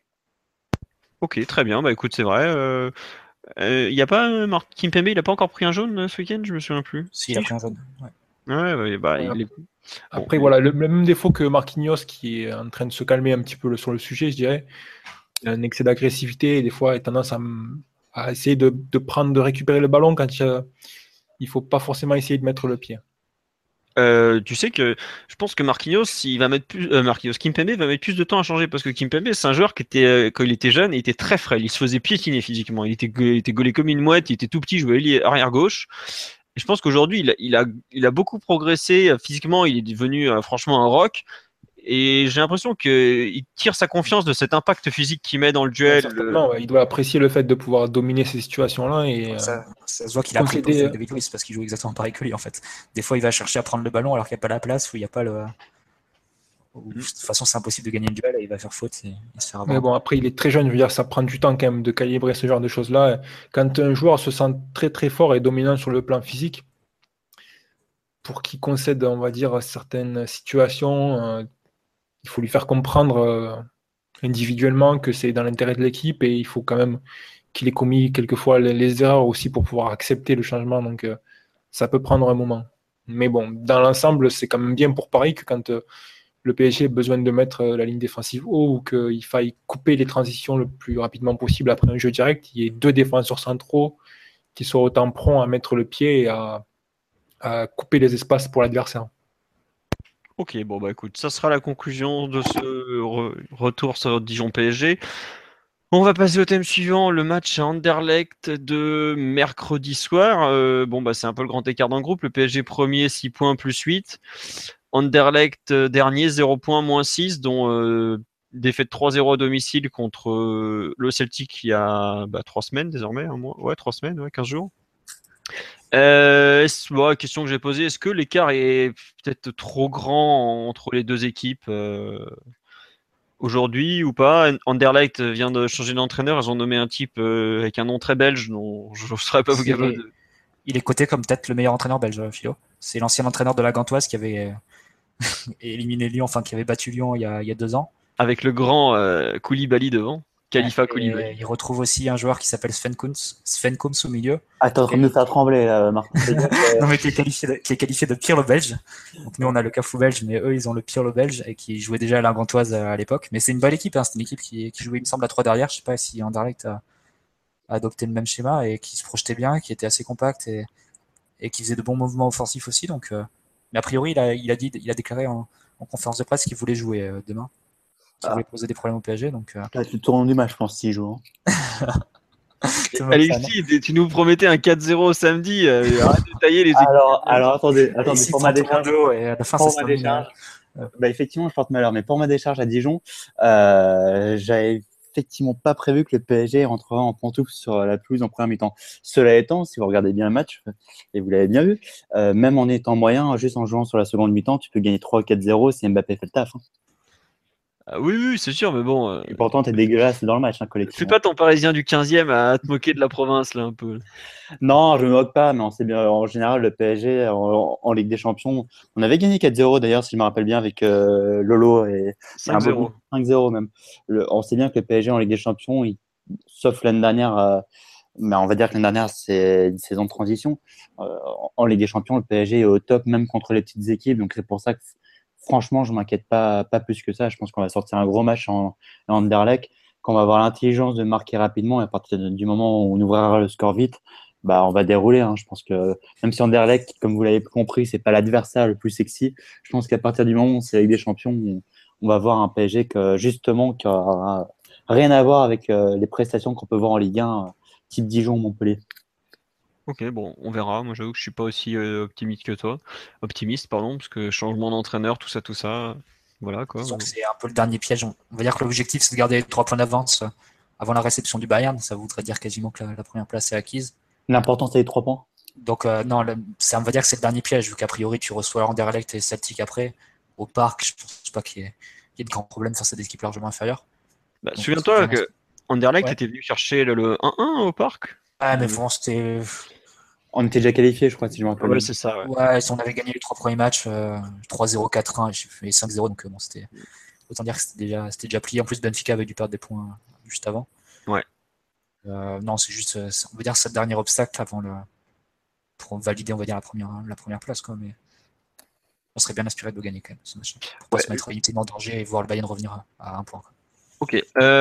Ok, très bien. Écoute, c'est vrai. Il y a pas Kimpembe, il n'a pas encore pris un jaune ce week-end, je me souviens plus. Si, il a pris un jaune. Ouais. Il est... Après, voilà, le même défaut que Marquinhos, qui est en train de se calmer un petit peu sur le sujet, je dirais. Il a un excès d'agressivité et des fois, il a tendance à essayer de récupérer le ballon quand il ne faut pas forcément essayer de mettre le pied. Tu sais que je pense que Kimpembe va mettre plus de temps à changer parce que Kimpembe, c'est un joueur qui était, quand il était jeune, il était très frêle, il se faisait piétiner physiquement, il était gaulé comme une mouette, il était tout petit, jouait arrière gauche. Et je pense qu'aujourd'hui, il a beaucoup progressé physiquement, il est devenu franchement un rock. Et j'ai l'impression qu'il tire sa confiance de cet impact physique qu'il met dans le duel. Ouais, il doit apprécier le fait de pouvoir dominer ces situations-là. Et, ça se voit qu'il a appris de David Luiz parce qu'il joue exactement pareil que lui en fait. Des fois, il va chercher à prendre le ballon alors qu'il n'y a pas la place ou il n'y a pas le. De toute façon, c'est impossible de gagner le duel et il va faire faute et se faire avoir. Mais bon, après, il est très jeune. Je veux dire, ça prend du temps quand même de calibrer ce genre de choses-là. Quand un joueur se sent très très fort et dominant sur le plan physique, pour qu'il concède, on va dire, certaines situations. Il faut lui faire comprendre individuellement que c'est dans l'intérêt de l'équipe et il faut quand même qu'il ait commis quelquefois les erreurs aussi pour pouvoir accepter le changement. Donc, ça peut prendre un moment. Mais bon, dans l'ensemble, c'est quand même bien pour Paris que quand le PSG a besoin de mettre la ligne défensive haut ou qu'il faille couper les transitions le plus rapidement possible après un jeu direct, il y ait deux défenseurs centraux qui soient autant prompts à mettre le pied et à couper les espaces pour l'adversaire. Ok, bon bah écoute, ça sera la conclusion de ce retour sur Dijon PSG. On va passer au thème suivant, le match à Anderlecht de mercredi soir. C'est un peu le grand écart dans le groupe. Le PSG premier, 6 points plus 8. Anderlecht dernier, 0 points moins 6, dont défaite 3-0 à domicile contre le Celtic il y a 3 semaines désormais, un mois. Ouais, 3 semaines, 15 jours. Question que j'ai posée, est-ce que l'écart est peut-être trop grand entre les deux équipes aujourd'hui ou pas? Anderlecht vient de changer d'entraîneur, ils ont nommé un type avec un nom très belge dont je ne serais pas vous capable de... Il est coté comme peut-être le meilleur entraîneur belge, Philo. C'est l'ancien entraîneur de la Gantoise qui avait éliminé Lyon, qui avait battu Lyon il y a 2 ans. Avec le grand Koulibaly devant. Khalifa Koulibaly. Il retrouve aussi un joueur qui s'appelle Sven Kuntz au milieu. Attends, de me faire trembler, Marc. Non, mais qui est qualifié de Pirlo belge. Donc nous, on a le Cafou belge, mais eux, ils ont le Pirlo belge et qui jouait déjà à la Gantoise à l'époque. Mais c'est une belle équipe, c'est une équipe qui jouait, il me semble, à 3 derrière. Je sais pas si Anderlecht a adopté le même schéma et qui se projetait bien, qui était assez compact et qui faisait de bons mouvements offensifs aussi. Donc, mais a priori, il a déclaré en conférence de presse qu'il voulait jouer demain. Qui voulait poser des problèmes au PSG. Donc, tu tournes du match, je pense, s'il joue. Alexis, tu nous promettais un 4-0 samedi. Arrête de tailler les équipes. Alors attendez, pour ma décharge. Et à la fin, ça décharge. Effectivement, je porte malheur, mais pour ma décharge à Dijon, j'avais effectivement pas prévu que le PSG rentrerait en pantoufle sur la pelouse en première mi-temps. Cela étant, si vous regardez bien le match, et vous l'avez bien vu, même en étant moyen, juste en jouant sur la seconde mi-temps, tu peux gagner 3-4-0 si Mbappé fait le taf. Oui, c'est sûr, mais bon. Et pourtant, t'es dégueulasse dans le match, collectif. Fais pas ton Parisien du 15e à te moquer de la province, là, un peu. Non, je me moque pas, mais on sait bien, en général, le PSG en Ligue des Champions, on avait gagné 4-0 d'ailleurs, si je me rappelle bien, avec Lolo et 5-0. 5-0 même. On sait bien que le PSG en Ligue des Champions, sauf l'année dernière, mais on va dire que l'année dernière, c'est une saison de transition. En Ligue des Champions, le PSG est au top, même contre les petites équipes, donc c'est pour ça que franchement, je ne m'inquiète pas plus que ça. Je pense qu'on va sortir un gros match en Anderlecht, qu'on va avoir l'intelligence de marquer rapidement. Et à partir du moment où on ouvrira le score vite, on va dérouler. Je pense que même si Anderlecht, comme vous l'avez compris, c'est pas l'adversaire le plus sexy, je pense qu'à partir du moment où c'est la Ligue des Champions, on va voir un PSG qui aura rien à voir avec les prestations qu'on peut voir en Ligue 1, type Dijon, Montpellier. Ok, bon, on verra. Moi, j'avoue que je suis pas aussi optimiste que toi. Optimiste, pardon, parce que changement d'entraîneur, tout ça. Voilà, quoi. C'est un peu le dernier piège. On va dire que l'objectif, c'est de garder 3 points d'avance avant la réception du Bayern. Ça voudrait dire quasiment que la première place est acquise. L'important, c'est les 3 points. Donc, non, on va dire que c'est le dernier piège, vu qu'a priori, tu reçois Anderlecht et Celtic après. Au Parc, je pense pas qu'il y ait de grands problèmes face à des équipes largement inférieures. Souviens-toi que Anderlecht était venu chercher le 1-1 au Parc. Ah, mais bon, c'était... On était déjà qualifiés, je crois, si je me rappelle. Ouais, c'est ça. Ouais, on avait gagné les 3 premiers matchs, 3-0, 4-1, et j'ai fait 5-0, donc c'était... Autant dire que c'était déjà plié. En plus, Benfica avait dû perdre des points juste avant. Ouais. Non, c'est juste, on va dire, c'est le dernier obstacle pour valider, on va dire, la première place, quoi. Mais on serait bien inspiré de le gagner quand même, ce match. Pour pas se mettre inutilement en danger et voir le Bayern revenir à 1 point. Quoi. Ok.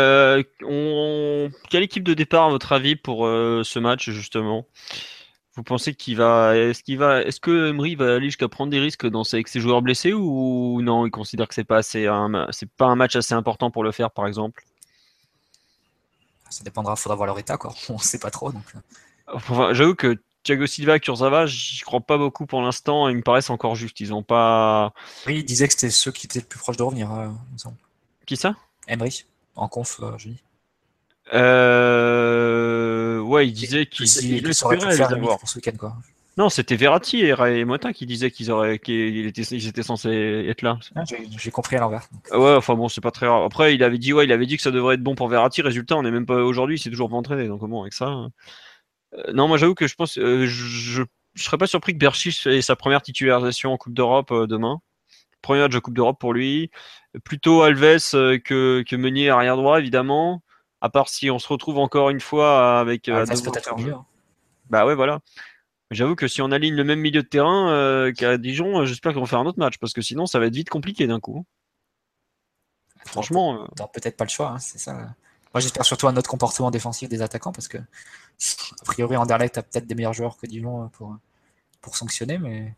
Quelle équipe de départ, à votre avis, pour ce match, justement? Vous pensez est-ce que Emery va aller jusqu'à prendre des risques avec ses joueurs blessés ou non, il considère que c'est pas un match assez important pour le faire, par exemple? Ça dépendra, faudra voir leur état, quoi. On sait pas trop, donc. Enfin, j'avoue que Thiago Silva et Kurzawa, j'y crois pas beaucoup pour l'instant. Ils me paraissent encore justes. Ils ont pas. Oui, il disait que c'était ceux qui étaient le plus proches de revenir, il me semble. Qui ça? Emery, en conf, je dis. Ouais, il disait qu'ils auraient pu faire les pour ce week-end, quoi. Non, c'était Verratti et Motin qui disaient qu'ils étaient censés être là. Ah, j'ai compris à l'envers. Ouais, enfin bon, c'est pas très rare. Après, il avait dit que ça devrait être bon pour Verratti. Résultat, on n'est même pas aujourd'hui, il s'est toujours pas entraîné. Donc bon, avec ça. Non, moi j'avoue que je pense, je serais pas surpris que Berchiche ait sa première titularisation en Coupe d'Europe demain. Premier match de Coupe d'Europe pour lui. Plutôt Alves que Meunier arrière droit, évidemment. À part si on se retrouve encore une fois avec. Alves peut-être mieux. Bah ouais, voilà. J'avoue que si on aligne le même milieu de terrain qu'à Dijon, j'espère qu'on va faire un autre match parce que sinon ça va être vite compliqué d'un coup. Franchement. T'as peut-être pas le choix, c'est ça. Moi j'espère surtout un autre comportement défensif des attaquants parce que a priori Anderlecht a peut-être des meilleurs joueurs que Dijon pour sanctionner, mais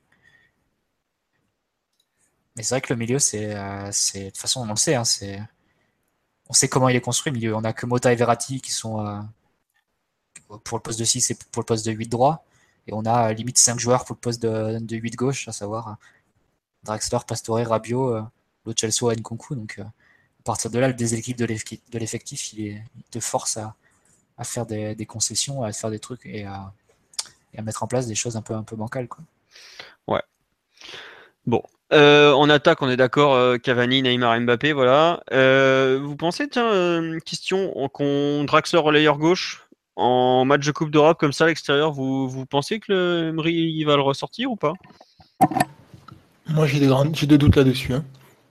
c'est vrai que le milieu, c'est de toute façon, on le sait, hein, on sait comment il est construit, le milieu. On a que Mota et Verratti qui sont pour le poste de 6 et pour le poste de 8 droit. Et on a limite 5 joueurs pour le poste de 8 gauche, à savoir Draxler, Pastore, Rabiot, Lo Celso et Nkunku. Donc, à partir de là, le déséquilibre de l'effectif, il te force à faire des concessions, à faire des trucs et à mettre en place des choses un peu bancales, quoi. Ouais. Bon. En attaque, on est d'accord, Cavani, Neymar, Mbappé, voilà. Vous pensez, tiens, question, qu'on Draxler relayeur gauche en match de Coupe d'Europe comme ça à l'extérieur, vous pensez que le Emery il va le ressortir ou pas? Moi, j'ai des doutes là-dessus. Hein.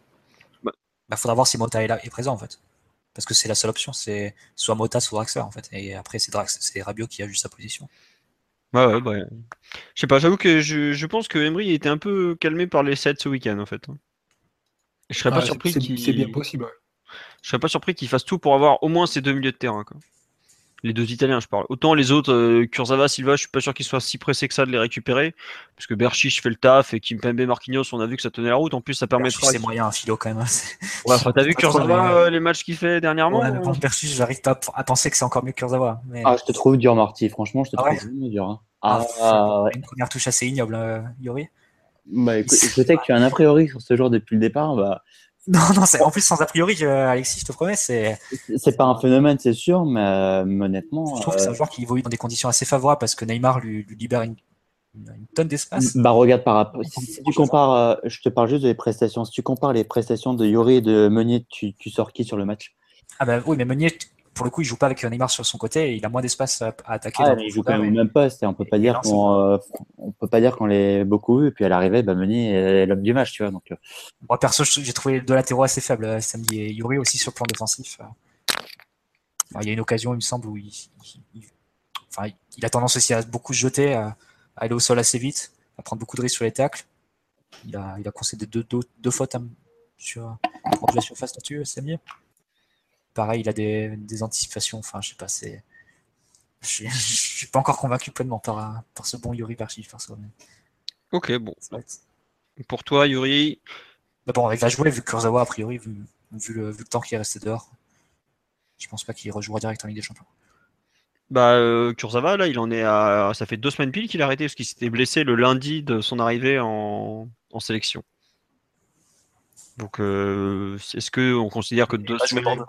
Faudra voir si Mota est présent, en fait. Parce que c'est la seule option, c'est soit Mota, soit Draxler, en fait. Et après, c'est Rabiot qui a juste sa position. Ouais, bah, je sais pas, j'avoue que je pense que Emery était un peu calmé par les 7 ce week-end, en fait. Je serais pas surpris c'est bien possible. Ouais. Je serais pas surpris qu'il fasse tout pour avoir au moins ces deux milieux de terrain, quoi. Les deux Italiens, je parle. Autant les autres, Kurzawa, Silva, je suis pas sûr qu'ils soient si pressés que ça de les récupérer, parce que Berchiche fait le taf et Kimpembe, Marquinhos, on a vu que ça tenait la route. En plus, ça permettra. C'est moyen, un philo quand même. Ouais, enfin, t'as vu Kurzawa, les matchs qu'il fait dernièrement? Ouais, mais bon, Berchiche, j'arrive pas à penser que c'est encore mieux que Kurzawa. Mais... Ah, je te trouve dur, Marty. Franchement, je te trouve ouais. vraiment dur. Hein. Une première touche assez ignoble, Yori. Bah, écoute, je sais que tu as un a priori sur ce genre depuis le départ. Bah... Non, c'est en plus sans a priori, Alexis, je te promets, c'est pas un phénomène, c'est sûr, mais honnêtement. Je trouve que c'est un joueur qui évolue dans des conditions assez favorables parce que Neymar lui libère une tonne d'espace. Bah, regarde par rapport. Si tu compares, je te parle juste des prestations. Si tu compares les prestations de Yori et de Meunier, tu sors qui sur le match? Ah bah oui, mais Meunier, pour le coup, il joue pas avec Neymar sur son côté et il a moins d'espace à attaquer. Ah, mais il joue quand même au même poste et on peut pas dire qu'on l'ait beaucoup vu. Et puis à l'arrivée, bah, Meunier est l'homme du match, tu vois. Donc, moi, perso, j'ai trouvé deux latéraux assez faibles samedi et Yuri aussi sur le plan défensif. Il y a une occasion, il me semble, où il a tendance aussi à beaucoup se jeter, à aller au sol assez vite, à prendre beaucoup de risques sur les tacles. Il a concédé deux fautes sur la surface là-dessus, Samier. Pareil, il a des anticipations. Enfin, je sais pas, je suis pas encore convaincu pleinement par ce bon Yuri Berchiche. Ok, bon. Pour toi, Yuri? Bah bon, il va jouer vu que Kurzawa, a priori, vu le temps qu'il est resté dehors. Je pense pas qu'il rejouera direct en Ligue des Champions. Bah, Kurzawa, là, il en est à. Ça fait 2 semaines pile qu'il a arrêté parce qu'il s'était blessé le lundi de son arrivée en sélection. Donc, est-ce qu'on considère que 2 semaines.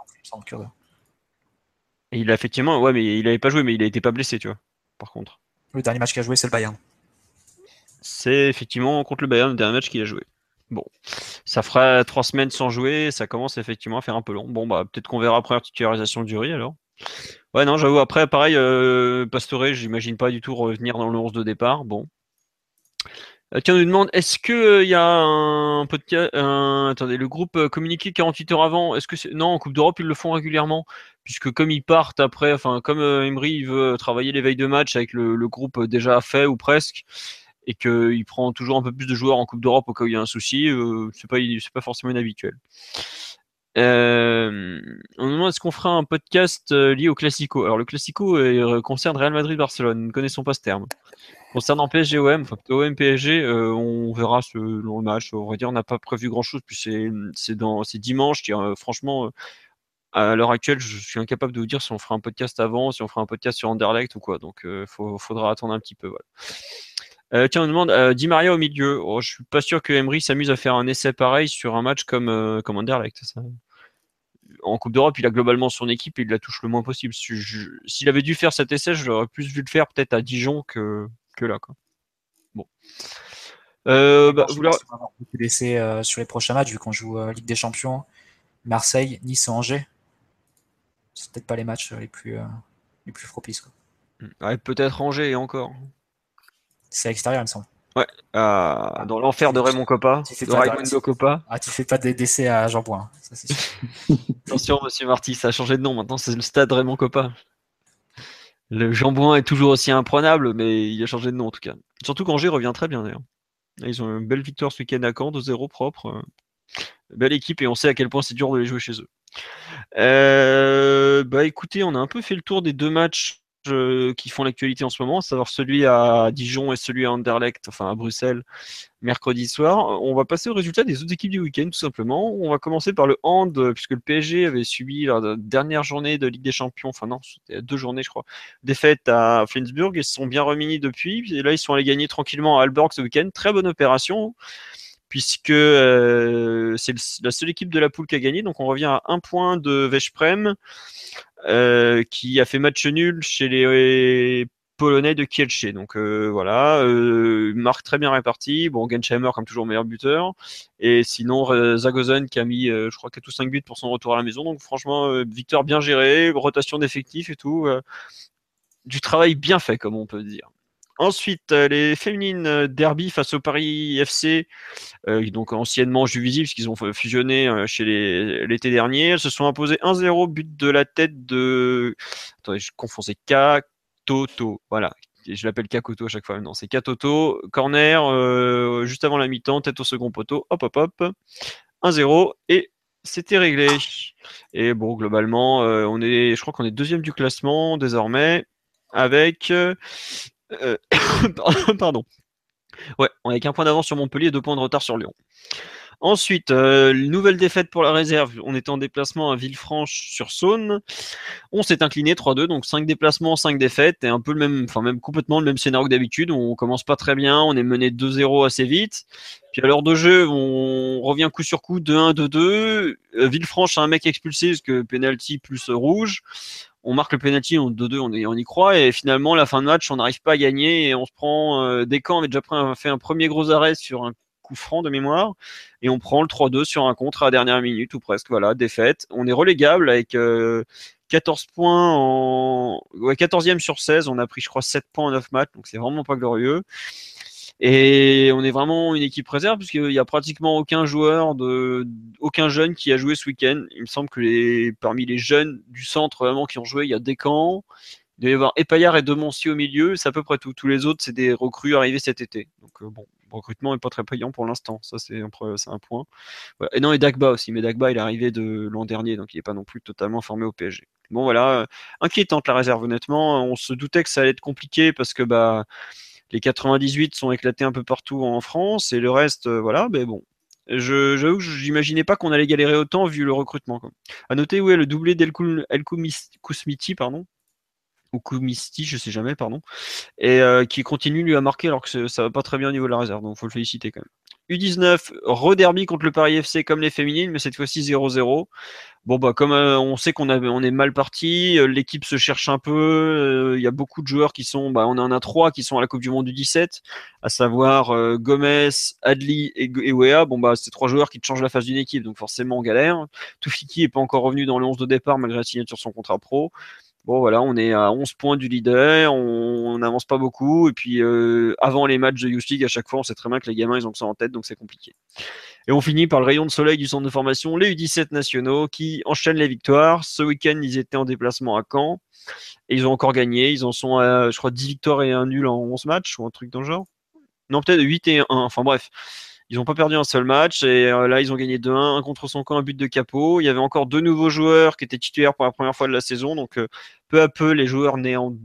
Et il a effectivement, ouais, mais il avait pas joué, mais il a été pas blessé, tu vois. Par contre. Le dernier match qu'il a joué, c'est le Bayern. C'est effectivement contre le Bayern le dernier match qu'il a joué. Bon, ça fera 3 semaines sans jouer, ça commence effectivement à faire un peu long. Bon, bah peut-être qu'on verra après la titularisation du Riz alors. Ouais, non, j'avoue, après, pareil, Pastore, j'imagine pas du tout revenir dans le 11 de départ. Bon. Tiens, on nous demande, est-ce qu'il y a un podcast, attendez, le groupe communiqué 48 heures avant, est-ce que c'est... Non, en Coupe d'Europe, ils le font régulièrement, puisque comme ils partent après, enfin, comme Emery, il veut travailler les veilles de match avec le groupe déjà fait ou presque, et qu'il prend toujours un peu plus de joueurs en Coupe d'Europe au cas où il y a un souci, c'est pas forcément inhabituel. On nous demande est-ce qu'on fera un podcast lié au Classico. Alors le Classico concerne Real Madrid-Barcelone, nous ne connaissons pas ce terme. Concernant PSG-OM, enfin OM-PSG, on verra selon le match. On va dire on n'a pas prévu grand-chose, puis c'est dimanche. Franchement, à l'heure actuelle, je suis incapable de vous dire si on fera un podcast avant, si on fera un podcast sur Anderlecht ou quoi. Donc faudra attendre un petit peu. Voilà. Tiens, on demande Di Maria au milieu. Oh, je suis pas sûr que Emery s'amuse à faire un essai pareil sur un match comme Anderlecht. Ça. En Coupe d'Europe, il a globalement son équipe et il la touche le moins possible. S'il avait dû faire cet essai, je l'aurais plus vu le faire peut-être à Dijon que là. Quoi. Bon. Vous va avoir beaucoup d'essais sur les prochains matchs vu qu'on joue Ligue des Champions, Marseille, Nice et Angers. C'est peut-être pas les matchs les plus propices. Quoi. Ouais, peut-être Angers et encore. C'est à l'extérieur, il me semble. Ouais, dans l'enfer de Raymond Coppa, de Raimundo Coppa. Ah, tu fais pas d'essais à Jean-Bouin, ça c'est sûr. Attention, monsieur Marty, ça a changé de nom. Maintenant, c'est le stade Raymond Coppa. Le Jean-Bouin est toujours aussi imprenable, mais il a changé de nom en tout cas. Surtout qu'Angers revient très bien d'ailleurs. Ils ont une belle victoire ce week-end à Caen, 2-0 propre. Belle équipe et on sait à quel point c'est dur de les jouer chez eux. Bah écoutez, on a un peu fait le tour des deux matchs qui font l'actualité en ce moment, à savoir celui à Dijon et celui à Anderlecht, enfin à Bruxelles, mercredi soir. On va passer aux résultats des autres équipes du week-end, tout simplement. On va commencer par le hand, puisque le PSG avait subi la dernière journée de Ligue des Champions, enfin non, c'était 2 journées, je crois, défaite à Flensburg, et se sont bien remis depuis. Et là, ils sont allés gagner tranquillement à Aalborg ce week-end. Très bonne opération, puisque c'est la seule équipe de la poule qui a gagné. Donc on revient à 1 point de Veszprém, qui a fait match nul chez les Polonais de Kielce. Donc voilà, marque très bien répartie. Bon, Gensheimer comme toujours meilleur buteur. Et sinon, Zagozen qui a mis, je crois, 4 ou 5 buts pour son retour à la maison. Donc franchement, victoire bien gérée, rotation d'effectifs et tout. Du travail bien fait, comme on peut dire. Ensuite, les féminines derby face au Paris FC, donc anciennement Juvisy, puisqu'ils ont fusionné chez l'été dernier. Elles se sont imposées 1-0, but de la tête de... Attendez, je confonds, c'est Katoto. Voilà, je l'appelle Kakoto à chaque fois. Non, c'est Katoto. Corner, juste avant la mi-temps, tête au second poteau. Hop, hop, hop. 1-0 et c'était réglé. Et bon, globalement, je crois qu'on est 2e du classement désormais avec... pardon. Ouais, on avec 1 point d'avance sur Montpellier et 2 points de retard sur Lyon. Ensuite, nouvelle défaite pour la réserve. On était en déplacement à Villefranche-sur-Saône. On s'est incliné 3-2, donc 5 déplacements, 5 défaites, et un peu le même, enfin même complètement le même scénario que d'habitude. On commence pas très bien, on est mené 2-0 assez vite. Puis à l'heure de jeu, on revient coup sur coup 2-1, 2-2. Villefranche a un mec expulsé parce que penalty plus rouge. On marque le penalty en 2-2, on y croit, et finalement, la fin de match, on n'arrive pas à gagner, et on se prend... Descamps avait déjà fait un premier gros arrêt sur un coup franc de mémoire, et on prend le 3-2 sur un contre à la dernière minute, ou presque, voilà, défaite. On est relégable avec 14 points 14e sur 16, on a pris, je crois, 7 points en 9 matchs, donc c'est vraiment pas glorieux. Et on est vraiment une équipe réserve puisqu'il y a pratiquement aucun jeune qui a joué ce week-end. Il me semble que parmi les jeunes du centre vraiment qui ont joué, il y a Descamps, il doit y avoir Epaillard et Demoncy au milieu, c'est à peu près tout. Tous les autres, c'est des recrues arrivées cet été. Donc bon, le recrutement n'est pas très payant pour l'instant, ça c'est un point. Voilà. Et non, et Dagba aussi, mais Dagba il est arrivé de l'an dernier, donc il n'est pas non plus totalement formé au PSG. Bon voilà, inquiétante la réserve honnêtement. On se doutait que ça allait être compliqué parce que les 98 sont éclatés un peu partout en France et le reste, voilà, mais bon. J'avoue que j'imaginais pas qu'on allait galérer autant vu le recrutement. Quoi. À noter, ouais, le doublé d'El Kousmiti, pardon, ou Koumisti, je sais jamais, pardon, et qui continue lui à marquer alors que ça va pas très bien au niveau de la réserve, donc faut le féliciter quand même. U19, rederby contre le Paris FC comme les féminines, mais cette fois-ci 0-0. Bon comme on sait qu'on est mal parti, l'équipe se cherche un peu, il y a beaucoup de joueurs qui sont, on en a 3 qui sont à la Coupe du Monde du 17, à savoir Gomez, Adli et Wea. C'est 3 joueurs qui te changent la face d'une équipe, donc forcément on galère. Toufiki est pas encore revenu dans le 11 de départ malgré la signature de son contrat pro. Bon voilà, on est à 11 points du leader, on n'avance pas beaucoup, et puis avant les matchs de Youth League, à chaque fois on sait très bien que les gamins ils ont que ça en tête, donc c'est compliqué. Et on finit par le rayon de soleil du centre de formation, les U17 nationaux qui enchaînent les victoires. Ce week-end ils étaient en déplacement à Caen, et ils ont encore gagné, ils en sont à je crois 10 victoires et 1 nul en 11 matchs, ou un truc dans le genre. Non, peut-être 8 et 1, enfin bref. Ils n'ont pas perdu un seul match et là ils ont gagné 2-1, un contre son camp, un but de Capot. Il y avait encore 2 nouveaux joueurs qui étaient titulaires pour la première fois de la saison, donc peu à peu les joueurs nés en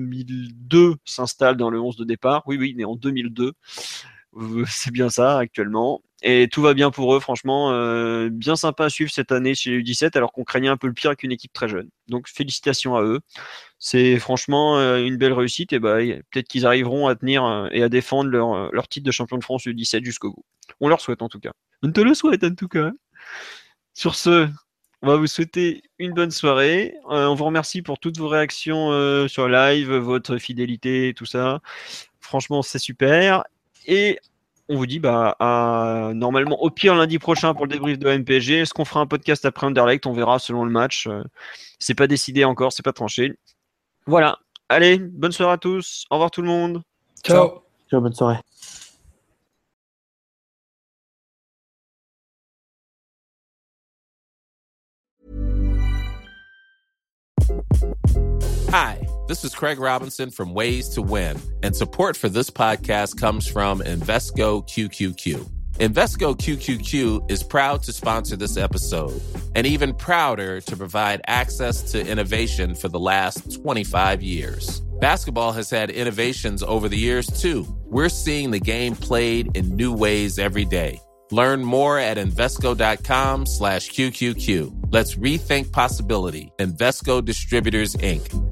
2002 s'installent dans le 11 de départ. Oui, nés en 2002, c'est bien ça actuellement. Et tout va bien pour eux, franchement, bien sympa à suivre cette année chez les U17 alors qu'on craignait un peu le pire avec une équipe très jeune. Donc félicitations à eux. C'est franchement une belle réussite et peut-être qu'ils arriveront à tenir et à défendre leur titre de champion de France U17 jusqu'au bout. On leur souhaite en tout cas. On te le souhaite en tout cas. Sur ce, on va vous souhaiter une bonne soirée. On vous remercie pour toutes vos réactions sur live, votre fidélité, tout ça. Franchement, c'est super. Et on vous dit normalement au pire lundi prochain pour le débrief de MPSG. Est-ce qu'on fera un podcast après Anderlecht? On verra selon le match. C'est pas décidé encore, c'est pas tranché. Voilà. Allez, bonne soirée à tous. Au revoir tout le monde. Ciao. Ciao, bonne soirée. Hi, this is Craig Robinson from Ways to Win, and support for this podcast comes from Invesco QQQ. Invesco QQQ is proud to sponsor this episode and even prouder to provide access to innovation for the last 25 years. Basketball has had innovations over the years, too. We're seeing the game played in new ways every day. Learn more at Invesco.com/QQQ. Let's rethink possibility. Invesco Distributors, Inc.